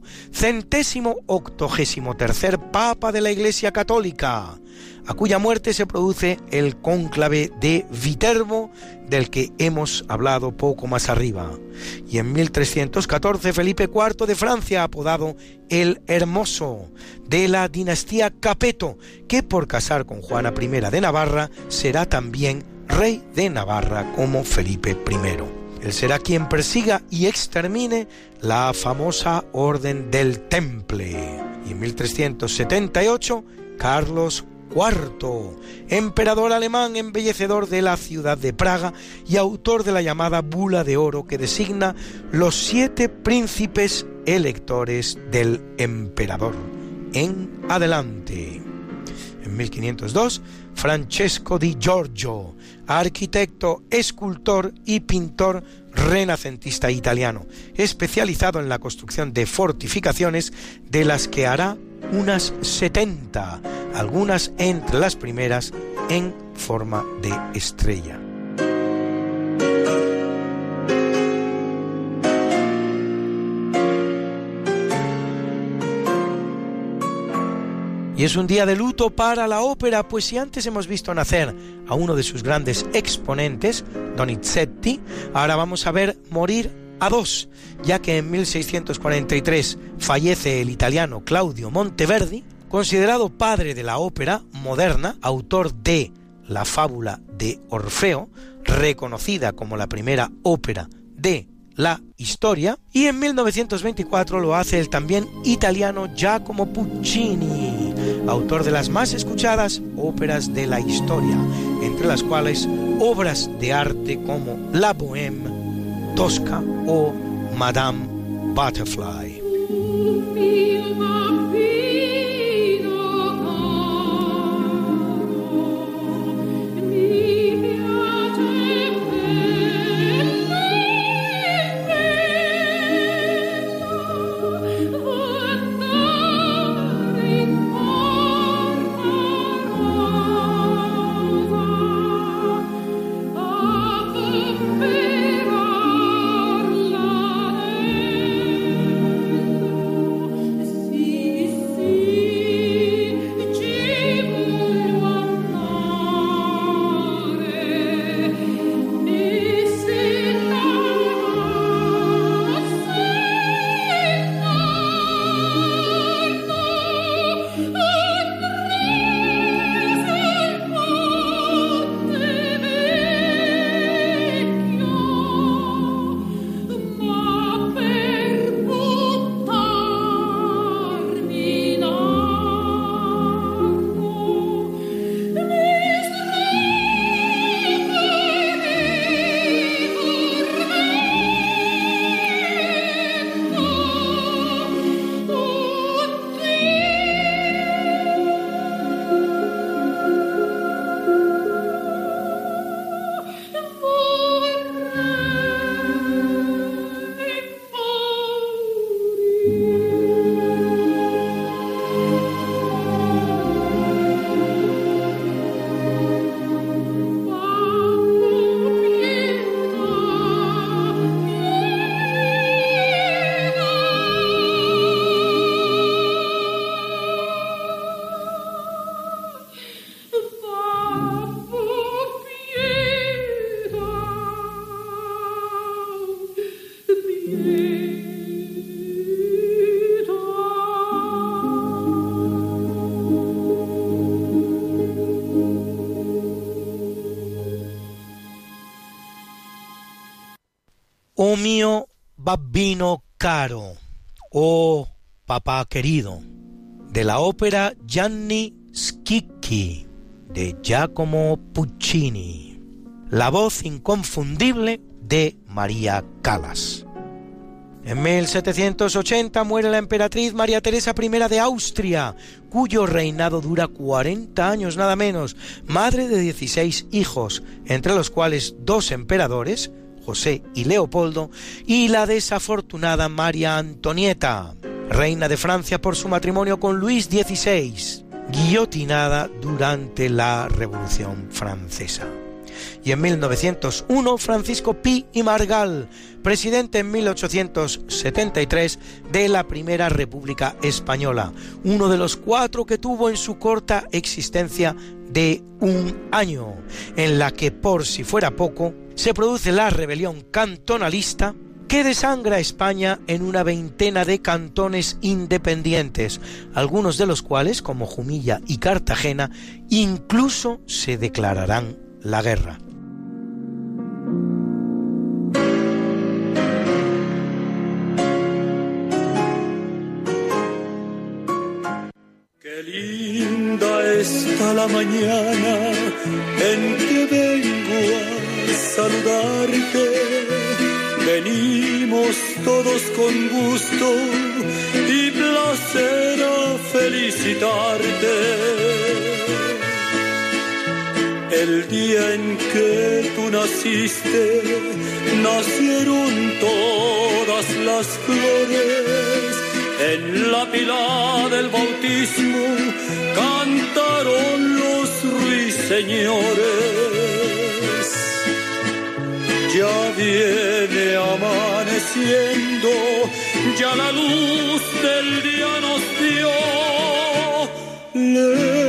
183º Papa de la Iglesia Católica, a cuya muerte se produce el cónclave de Viterbo, del que hemos hablado poco más arriba. Y en 1314 Felipe IV de Francia, apodado el Hermoso, de la dinastía Capeto, que por casar con Juana I de Navarra será también rey de Navarra como Felipe I. Él será quien persiga y extermine la famosa Orden del Temple. Y en 1378 Carlos IV, emperador alemán, embellecedor de la ciudad de Praga y autor de la llamada Bula de Oro, que designa los 7 príncipes electores del emperador. En adelante. En 1502, Francesco di Giorgio, arquitecto, escultor y pintor renacentista italiano, especializado en la construcción de fortificaciones, de las que hará unas 70, algunas entre las primeras en forma de estrella. Y es un día de luto para la ópera, pues si antes hemos visto nacer a uno de sus grandes exponentes, Donizetti, ahora vamos a ver morir a 2, ya que en 1643 fallece el italiano Claudio Monteverdi, considerado padre de la ópera moderna, autor de La fábula de Orfeo, reconocida como la primera ópera de la historia, y en 1924 lo hace el también italiano Giacomo Puccini, autor de las más escuchadas óperas de la historia, entre las cuales obras de arte como La Bohème, Tosca o Madame Butterfly. Oh mio babbino caro, oh papá querido, de la ópera Gianni Schicchi de Giacomo Puccini, la voz inconfundible de María Callas. En 1780 muere la emperatriz María Teresa I de Austria, cuyo reinado dura 40 años nada menos, madre de 16 hijos, entre los cuales 2 emperadores, José y Leopoldo, y la desafortunada María Antonieta, reina de Francia por su matrimonio con Luis XVI, guillotinada durante la Revolución Francesa. Y en 1901, Francisco Pi y Margall, presidente en 1873 de la Primera República Española, uno de los 4 que tuvo en su corta existencia de 1 año, en la que, por si fuera poco, se produce la rebelión cantonalista que desangra a España en una veintena de cantones independientes, algunos de los cuales, como Jumilla y Cartagena, incluso se declararán la guerra. Qué linda está la mañana en que vengo a saludarte. Venimos todos con gusto y placer a felicitarte. El día en que tú naciste, nacieron todas las flores. En la pila del bautismo cantaron los ruiseñores. Ya viene amaneciendo, ya la luz del día nos dio.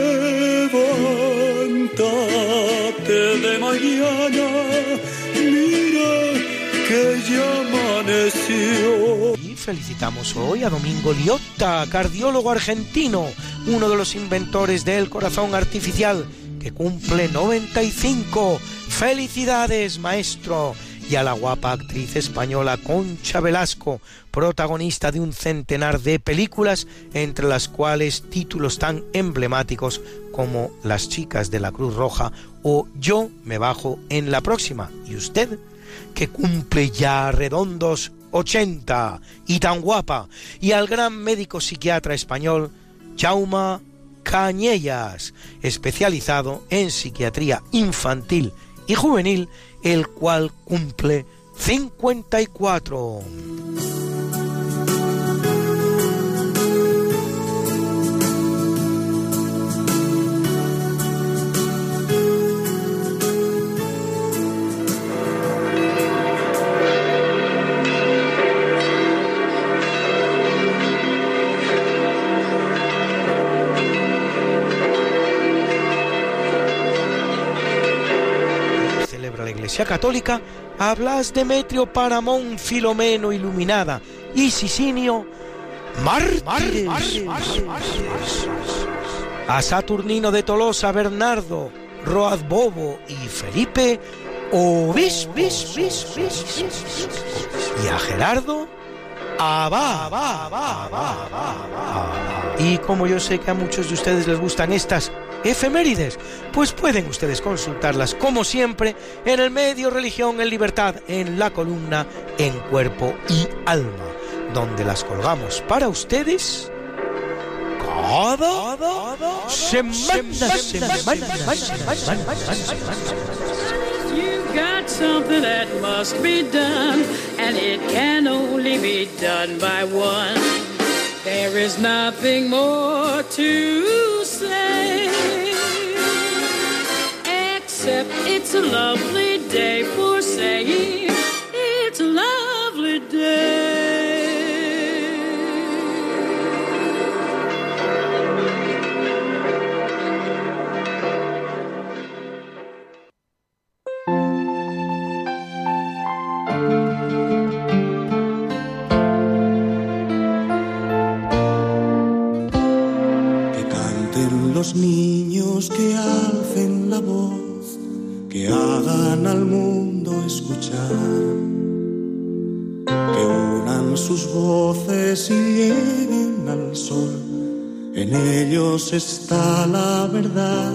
Levántate de mañana, mira que ya amaneció. Y felicitamos hoy a Domingo Liotta, cardiólogo argentino, uno de los inventores del corazón artificial, que cumple 95. ¡Felicidades, maestro! Y a la guapa actriz española Concha Velasco, protagonista de un centenar de películas, entre las cuales títulos tan emblemáticos como Las chicas de la Cruz Roja o Yo me bajo en la próxima. ¿Y usted? Que cumple ya redondos 80 y tan guapa. Y al gran médico psiquiatra español Jaume Cañellas, especializado en psiquiatría infantil y juvenil, el cual cumple 54. La Iglesia Católica a Blas Demetrio, Paramón, Filomeno Iluminada y Sicinio mártires, a Saturnino de Tolosa, Bernardo, Roazbobo y Felipe obispos, y a Gerardo abad. Y como yo sé que a muchos de ustedes les gustan estas efemérides, pues pueden ustedes consultarlas como siempre en el medio Religión en Libertad, en la columna En Cuerpo y Alma, donde las colgamos para ustedes cada semana. You've got something that must be done, and it can only be done by one. There is nothing more to say, except it's a lovely day for saying it's a lovely day. Los niños que alcen la voz, que hagan al mundo escuchar unan sus voces y lleguen al sol. En ellos está la verdad.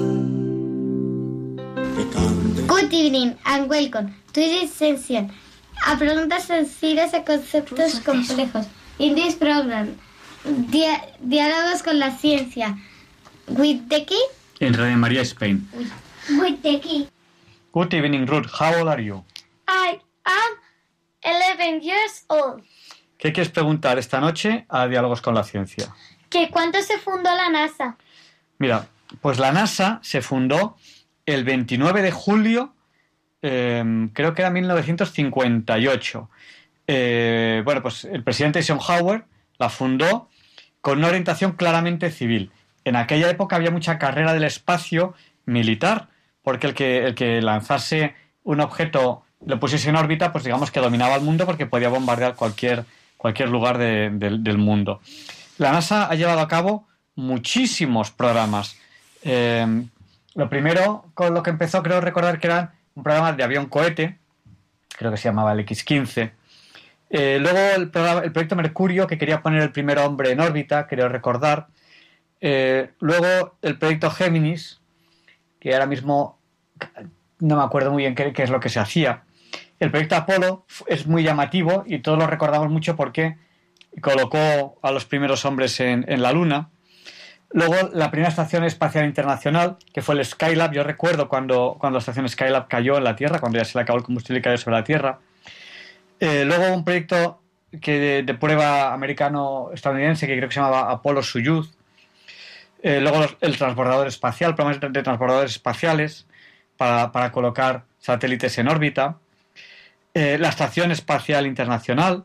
Que canten. Good evening and welcome to this session. A preguntas sencillas a conceptos complejos. In this program, diálogos con la ciencia. With the key? En Radio María Spain. With the key. Good evening, Ruth. How old are you? I am 11 years old. ¿Qué quieres preguntar esta noche a Diálogos con la Ciencia? ¿Que cuándo se fundó la NASA? Mira, pues la NASA se fundó el 29 de julio, creo que era 1958. Bueno, pues el presidente Eisenhower la fundó con una orientación claramente civil. En aquella época había mucha carrera del espacio militar, porque el que lanzase un objeto, lo pusiese en órbita, pues digamos que dominaba el mundo porque podía bombardear cualquier lugar del mundo. La NASA ha llevado a cabo muchísimos programas. Lo primero con lo que empezó, creo recordar que era un programa de avión-cohete, creo que se llamaba el X-15. Luego el proyecto Mercurio, que quería poner el primer hombre en órbita, creo recordar. Luego el proyecto Géminis, que ahora mismo no me acuerdo muy bien qué es lo que se hacía. El proyecto Apolo es muy llamativo y todos lo recordamos mucho porque colocó a los primeros hombres en la Luna. Luego la primera estación espacial internacional, que fue el Skylab. Yo recuerdo cuando la estación Skylab cayó en la Tierra, cuando ya se le acabó el combustible y cayó sobre la Tierra. Luego un proyecto de prueba americano-estadounidense que creo que se llamaba Apollo-Soyuz. Luego el transbordador espacial, programas de transbordadores espaciales para colocar satélites en órbita. La Estación Espacial Internacional.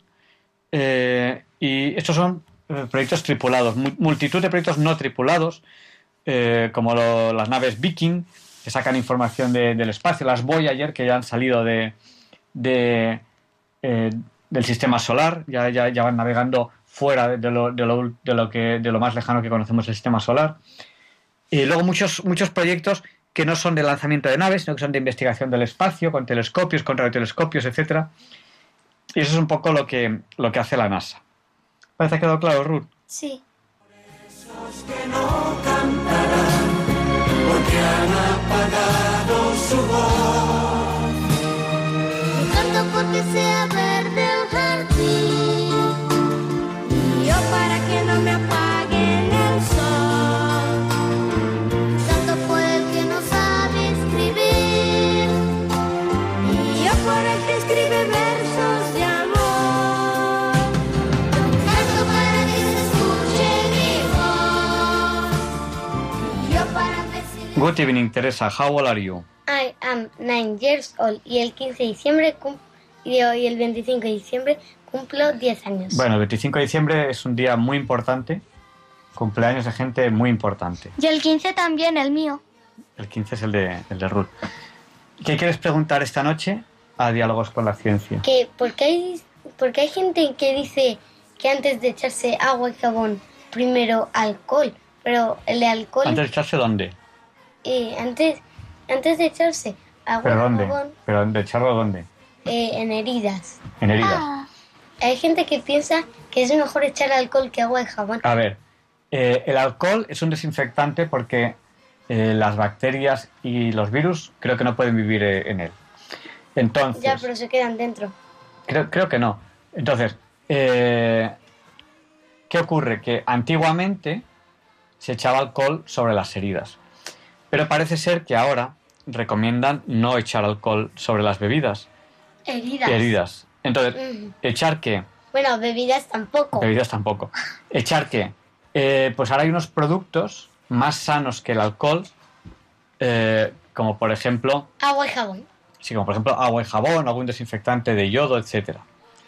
Y estos son proyectos tripulados. Multitud de proyectos no tripulados, como las naves Viking, que sacan información del espacio. Las Voyager, que ya han salido del sistema solar, ya van navegando fuera de lo más lejano que conocemos el sistema solar. Y luego muchos proyectos que no son de lanzamiento de naves, sino que son de investigación del espacio, con telescopios, con radiotelescopios, etc. Y eso es un poco lo que hace la NASA. ¿Parece que ha quedado claro, Ruth? Sí. Esos que no cantarán porque han apagado su voz. Canto porque sea verde el jardín y yo para que no me apaguen el sol. Canto por el que no sabe escribir y yo por el que escribe versos de amor. Canto para que se escuche mi voz y yo para ver si... Good evening, Teresa. How old are you? I am 9 years old y el 15 de diciembre y el 25 de diciembre cumplo 10 años. Bueno, el 25 de diciembre es un día muy importante, cumpleaños de gente muy importante. Y el 15 también, el mío. El 15 es el de Ruth. ¿Qué quieres preguntar esta noche a Diálogos con la Ciencia? Que porque hay gente que dice que antes de echarse agua y jabón, primero alcohol, pero el alcohol... ¿Antes de echarse dónde? Antes de echarse agua ¿Pero dónde? y jabón... ¿Pero de echarlo dónde? En heridas. En heridas. Hay gente que piensa que es mejor echar alcohol que agua y jabón. A ver, el alcohol es un desinfectante porque las bacterias y los virus creo que no pueden vivir en él. Entonces... Ya, pero se quedan dentro. Creo que no. Entonces, ¿qué ocurre? Que antiguamente se echaba alcohol sobre las heridas. Pero parece ser que ahora recomiendan no echar alcohol sobre las bebidas. Heridas. Entonces, ¿echar qué? Bueno, bebidas tampoco. ¿Echar qué? Pues ahora hay unos productos más sanos que el alcohol, como por ejemplo... Agua y jabón. Sí, como por ejemplo agua y jabón, algún desinfectante de yodo, etc.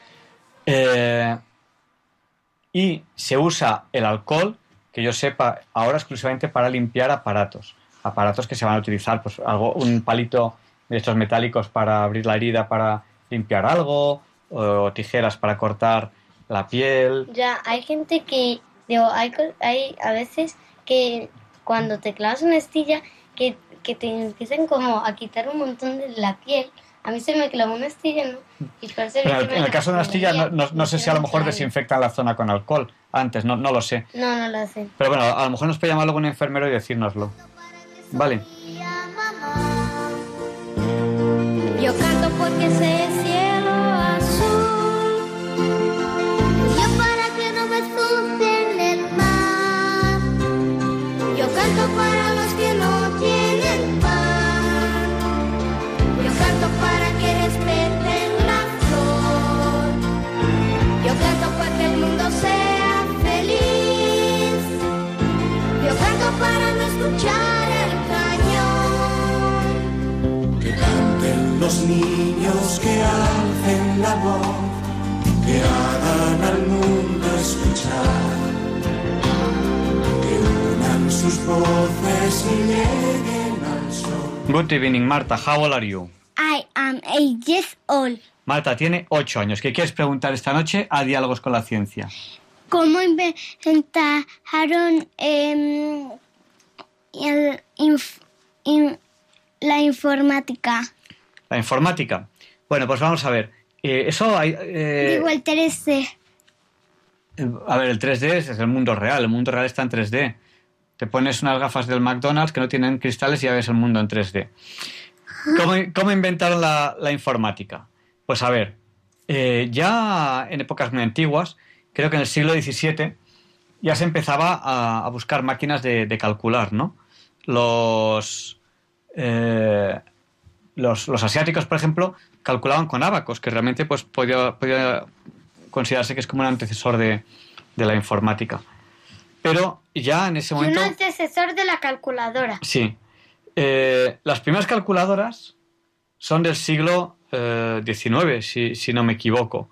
Y se usa el alcohol, que yo sepa, ahora exclusivamente para limpiar aparatos que se van a utilizar, pues un palito de estos metálicos para abrir la herida para limpiar algo, o tijeras para cortar la piel. Ya, hay gente que... hay a veces que cuando te clavas una astilla que te empiezan como a quitar un montón de la piel A mí se me clavó una astilla, ¿no? Y parece Pero que en el caso de una astilla, no sé si a lo mejor desinfectan la zona con alcohol antes, no lo sé. No lo sé. Pero bueno, a lo mejor nos puede llamar algún enfermero y decírnoslo. Vale. Yo canto porque ese cielo azul. Yo para que no me asuste en el mar. Yo canto para los que no tienen pan. Yo canto para que respeten la flor. Yo canto para que el mundo sea feliz. Yo canto para no escuchar el cañón. Que canten los niños, que alcen la voz, que hagan al mundo escuchar, que unan sus voces y lleguen al sol. Good evening, Marta. How old are you? I am 8 years old. Marta tiene 8 años. ¿Qué quieres preguntar esta noche a Diálogos con la Ciencia? ¿Cómo inventaron la informática? La informática. Bueno, pues vamos a ver. Eso hay... Digo, el 3D. A ver, el 3D es el mundo real. El mundo real está en 3D. Te pones unas gafas del McDonald's que no tienen cristales y ya ves el mundo en 3D. ¿Cómo inventaron la informática? Pues a ver, ya en épocas muy antiguas, creo que en el siglo XVII, ya se empezaba a buscar máquinas de calcular, ¿no? Los asiáticos, por ejemplo, calculaban con ábacos, que realmente pues podía considerarse que es como un antecesor de la informática. Pero ya en ese momento... Y un antecesor de la calculadora. Sí. Las primeras calculadoras son del siglo XIX, si no me equivoco.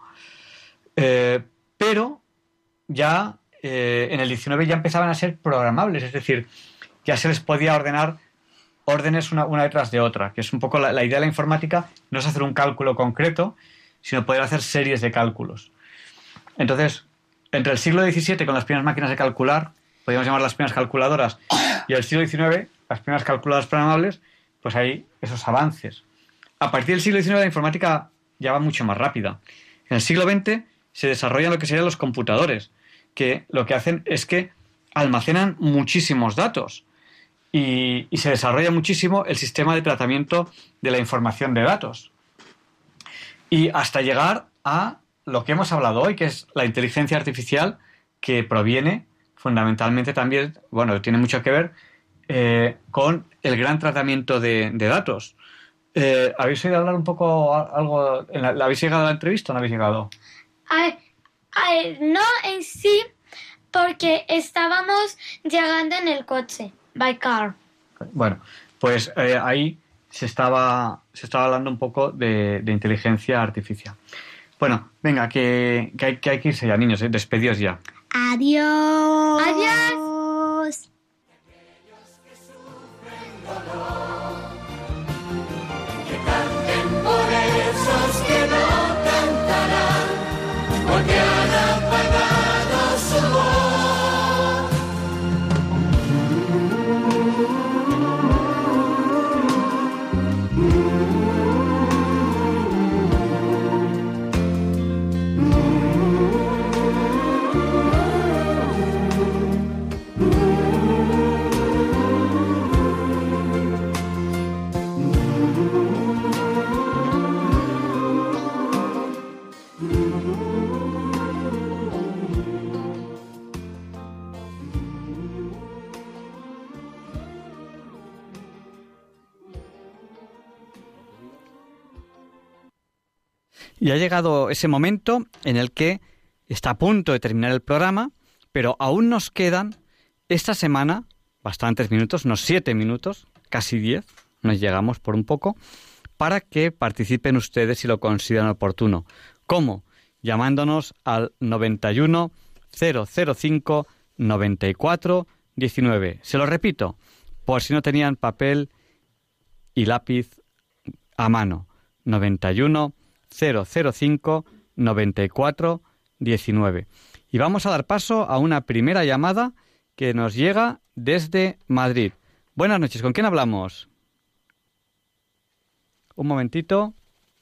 Pero ya en el XIX ya empezaban a ser programables, es decir, ya se les podía ordenar órdenes una detrás de otra, que es un poco la idea de la informática, no es hacer un cálculo concreto, sino poder hacer series de cálculos. Entonces, entre el siglo XVII con las primeras máquinas de calcular, podríamos llamar las primeras calculadoras, y el siglo XIX, las primeras calculadoras programables, pues hay esos avances. A partir del siglo XIX la informática ya va mucho más rápida. En el siglo XX se desarrollan lo que serían los computadores, que lo que hacen es que almacenan muchísimos datos y se desarrolla muchísimo el sistema de tratamiento de la información de datos. Y hasta llegar a lo que hemos hablado hoy, que es la inteligencia artificial, que proviene fundamentalmente también, bueno, tiene mucho que ver con el gran tratamiento de datos. ¿Habéis oído hablar un poco algo? ¿Habéis llegado a la entrevista o no habéis llegado? No en sí, porque estábamos llegando en el coche, by car. Bueno, pues ahí se estaba hablando un poco de inteligencia artificial. Bueno, venga, que hay que irse ya, niños, despedidos ya. Adiós. Adiós. Por esos que no cantarán, porque han apagado su voz. Y ha llegado ese momento en el que está a punto de terminar el programa, pero aún nos quedan esta semana bastantes minutos, unos 7 minutos, casi 10, nos llegamos por un poco, para que participen ustedes si lo consideran oportuno. ¿Cómo? Llamándonos al 91 005 94 19. Se lo repito, por si no tenían papel y lápiz a mano. 91 005 94 19. Y vamos a dar paso a una primera llamada que nos llega desde Madrid. Buenas noches, ¿con quién hablamos? Un momentito.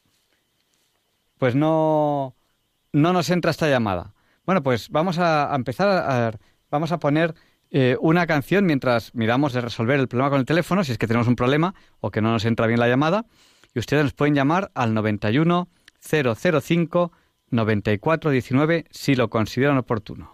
pues no nos entra esta llamada. Bueno, pues vamos a empezar vamos a poner una canción mientras miramos de resolver el problema con el teléfono, si es que tenemos un problema o que no nos entra bien la llamada, y ustedes nos pueden llamar al 91 005 94 19 si lo consideran oportuno.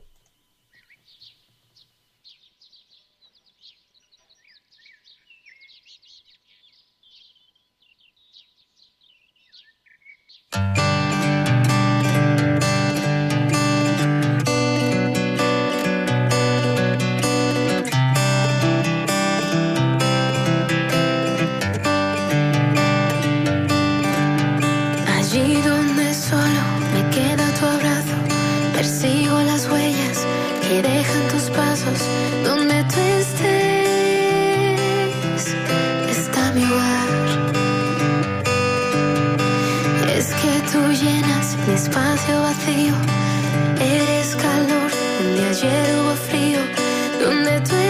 Allí donde solo me queda tu abrazo, persigo las huellas que dejan tus pasos. Donde tú estés, está mi hogar. Es que tú llenas mi espacio vacío, eres calor donde ayer hubo frío. Donde tú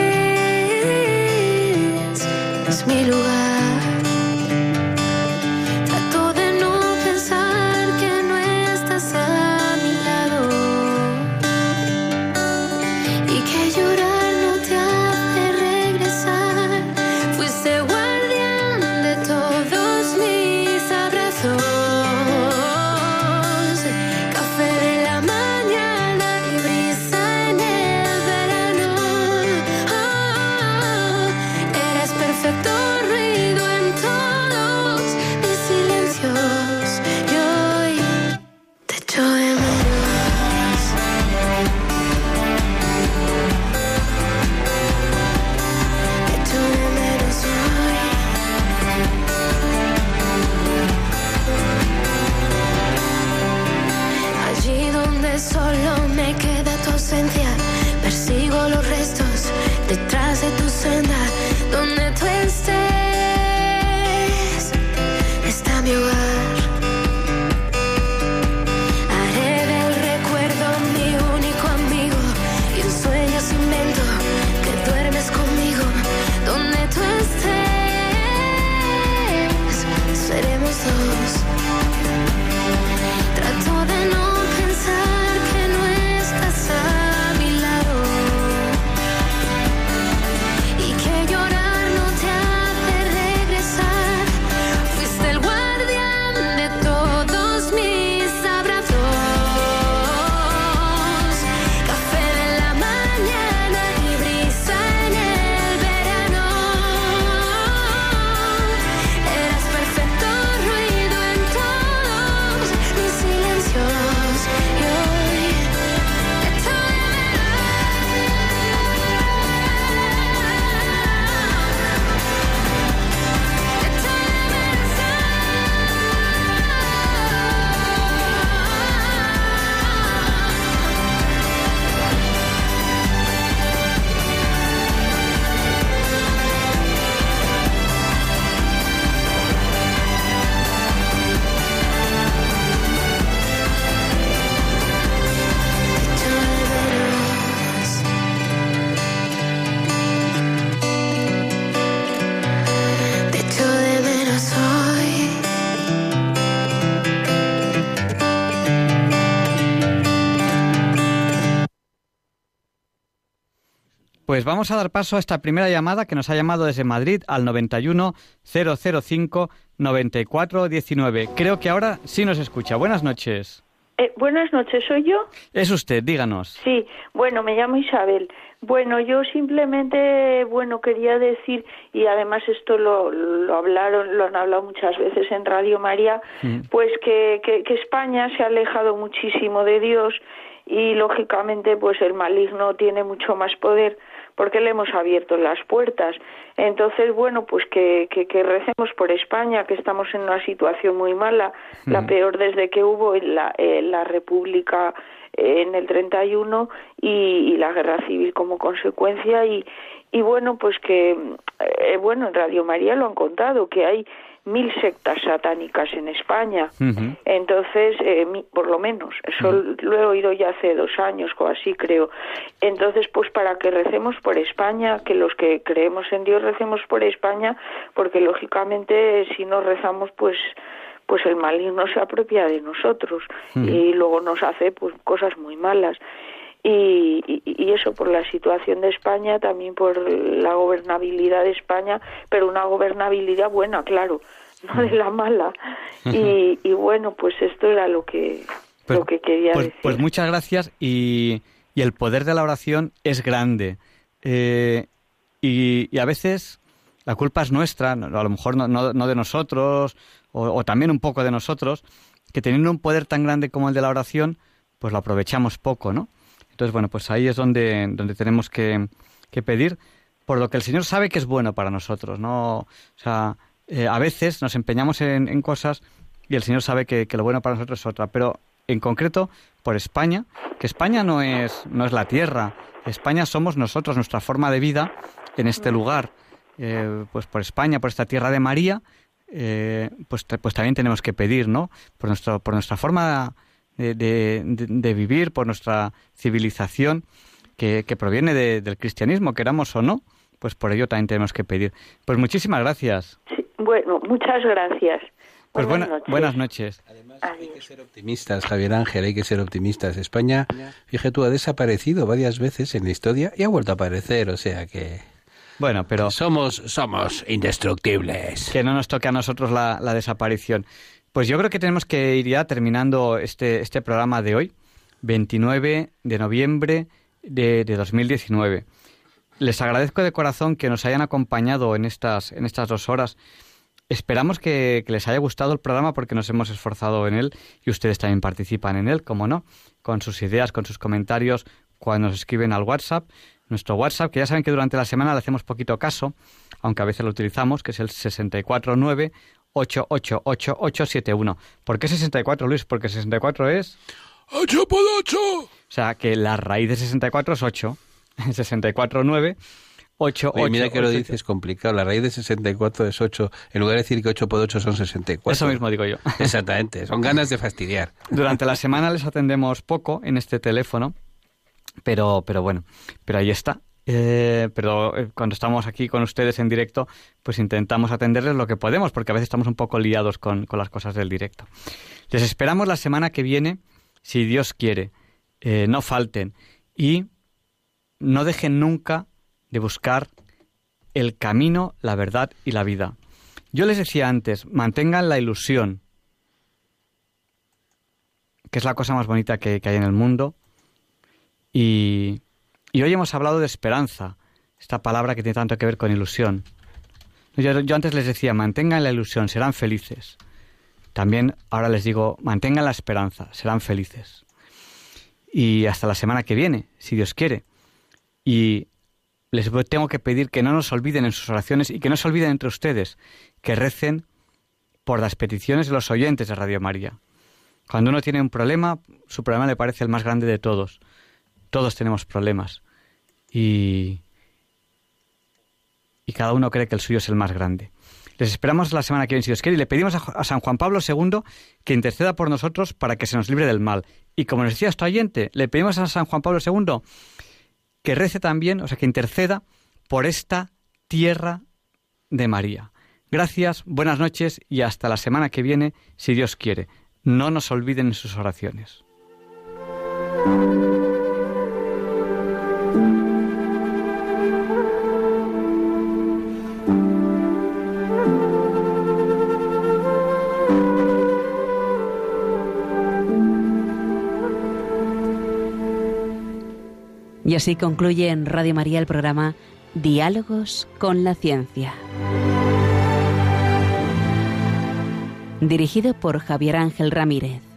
estés, es mi lugar. Solo me queda tu ausencia, persigo los restos detrás de tu senda. Donde tú estés, está mi hogar. Haré del recuerdo mi único amigo y en sueños invento que duermes conmigo. Donde tú estés, seremos dos. Trato de no pensar a mi lado y que llorar no te hace regresar. Fuiste el guardián de todos mis abrazos, café de la mañana y brisa en el verano. Eras perfecto ruido en todos mis silencios y hoy Pues vamos a dar paso a esta primera llamada que nos ha llamado desde Madrid al 91 005 94 19. Creo que ahora sí nos escucha. Buenas noches. Buenas noches, ¿soy yo? Es usted, díganos. Sí, bueno, me llamo Isabel. Bueno, yo simplemente, quería decir, y además esto lo han hablado muchas veces en Radio María, pues que España se ha alejado muchísimo de Dios y lógicamente pues el maligno tiene mucho más poder porque le hemos abierto las puertas. Entonces, pues que recemos por España, que estamos en una situación muy mala, la peor desde que hubo la República en el 31 y la Guerra Civil como consecuencia. Y pues que, en Radio María lo han contado, que hay 1000 sectas satánicas en España. Entonces, por lo menos, eso lo he oído ya hace 2 años o así, creo. Entonces, pues para que recemos por España, que los que creemos en Dios recemos por España, porque lógicamente si no rezamos, pues pues el maligno se apropia de nosotros y luego nos hace pues cosas muy malas. Y eso por la situación de España, también por la gobernabilidad de España, pero una gobernabilidad buena, claro, no de la mala. Y bueno, pues esto era lo que quería decir. Pues muchas gracias, y el poder de la oración es grande. Y a veces la culpa es nuestra, a lo mejor no de nosotros, o también un poco de nosotros, que teniendo un poder tan grande como el de la oración, pues lo aprovechamos poco, ¿no? Entonces, bueno, pues ahí es donde tenemos que pedir por lo que el Señor sabe que es bueno para nosotros, ¿no? O sea, a veces nos empeñamos en cosas y el Señor sabe que lo bueno para nosotros es otra, pero en concreto por España, que España no es la tierra, España somos nosotros, nuestra forma de vida en este lugar, pues por España, por esta tierra de María, pues también tenemos que pedir, ¿no? Por nuestra forma de vivir, por nuestra civilización que proviene del cristianismo, queramos o no, pues por ello también tenemos que pedir. Pues muchísimas gracias. Sí, bueno, muchas gracias. Pues buenas noches. Además, hay que ser optimistas, Javier Ángel, hay que ser optimistas. España, fíjate tú, ha desaparecido varias veces en la historia y ha vuelto a aparecer, o sea que... Bueno, pero... Somos indestructibles. Que no nos toque a nosotros la desaparición. Pues yo creo que tenemos que ir ya terminando este programa de hoy, 29 de noviembre de 2019. Les agradezco de corazón que nos hayan acompañado en estas 2 horas. Esperamos que les haya gustado el programa porque nos hemos esforzado en él y ustedes también participan en él, como no, con sus ideas, con sus comentarios, cuando nos escriben al WhatsApp. Nuestro WhatsApp, que ya saben que durante la semana le hacemos poquito caso, aunque a veces lo utilizamos, que es el 649-888871. ¿Por qué 64, Luis? Porque 64 es... 8 por 8. O sea, que la raíz de 64 es 8. 649... 8, Oye, mira que lo dices complicado. La raíz de 64 es 8. En lugar de decir que 8 por 8 son 64. Eso mismo digo yo. Exactamente. Son ganas de fastidiar. Durante la semana les atendemos poco en este teléfono, pero bueno, pero ahí está. Pero cuando estamos aquí con ustedes en directo, pues intentamos atenderles lo que podemos, porque a veces estamos un poco liados con las cosas del directo. Les esperamos la semana que viene, si Dios quiere. No falten. Y no dejen nunca de buscar el camino, la verdad y la vida. Yo les decía antes, mantengan la ilusión, que es la cosa más bonita que hay en el mundo. Y hoy hemos hablado de esperanza, esta palabra que tiene tanto que ver con ilusión. Yo antes les decía, mantengan la ilusión, serán felices. También ahora les digo, mantengan la esperanza, serán felices. Y hasta la semana que viene, si Dios quiere. Y les tengo que pedir que no nos olviden en sus oraciones y que no se olviden entre ustedes, que recen por las peticiones de los oyentes de Radio María. Cuando uno tiene un problema, su problema le parece el más grande de todos. Todos tenemos problemas y cada uno cree que el suyo es el más grande. Les esperamos la semana que viene, si Dios quiere, y le pedimos a San Juan Pablo II que interceda por nosotros para que se nos libre del mal. Y como nos decía este oyente, le pedimos a San Juan Pablo II que rece también, o sea, que interceda por esta tierra de María. Gracias, buenas noches y hasta la semana que viene, si Dios quiere. No nos olviden en sus oraciones. Y así concluye en Radio María el programa Diálogos con la Ciencia. Dirigido por Javier Ángel Ramírez.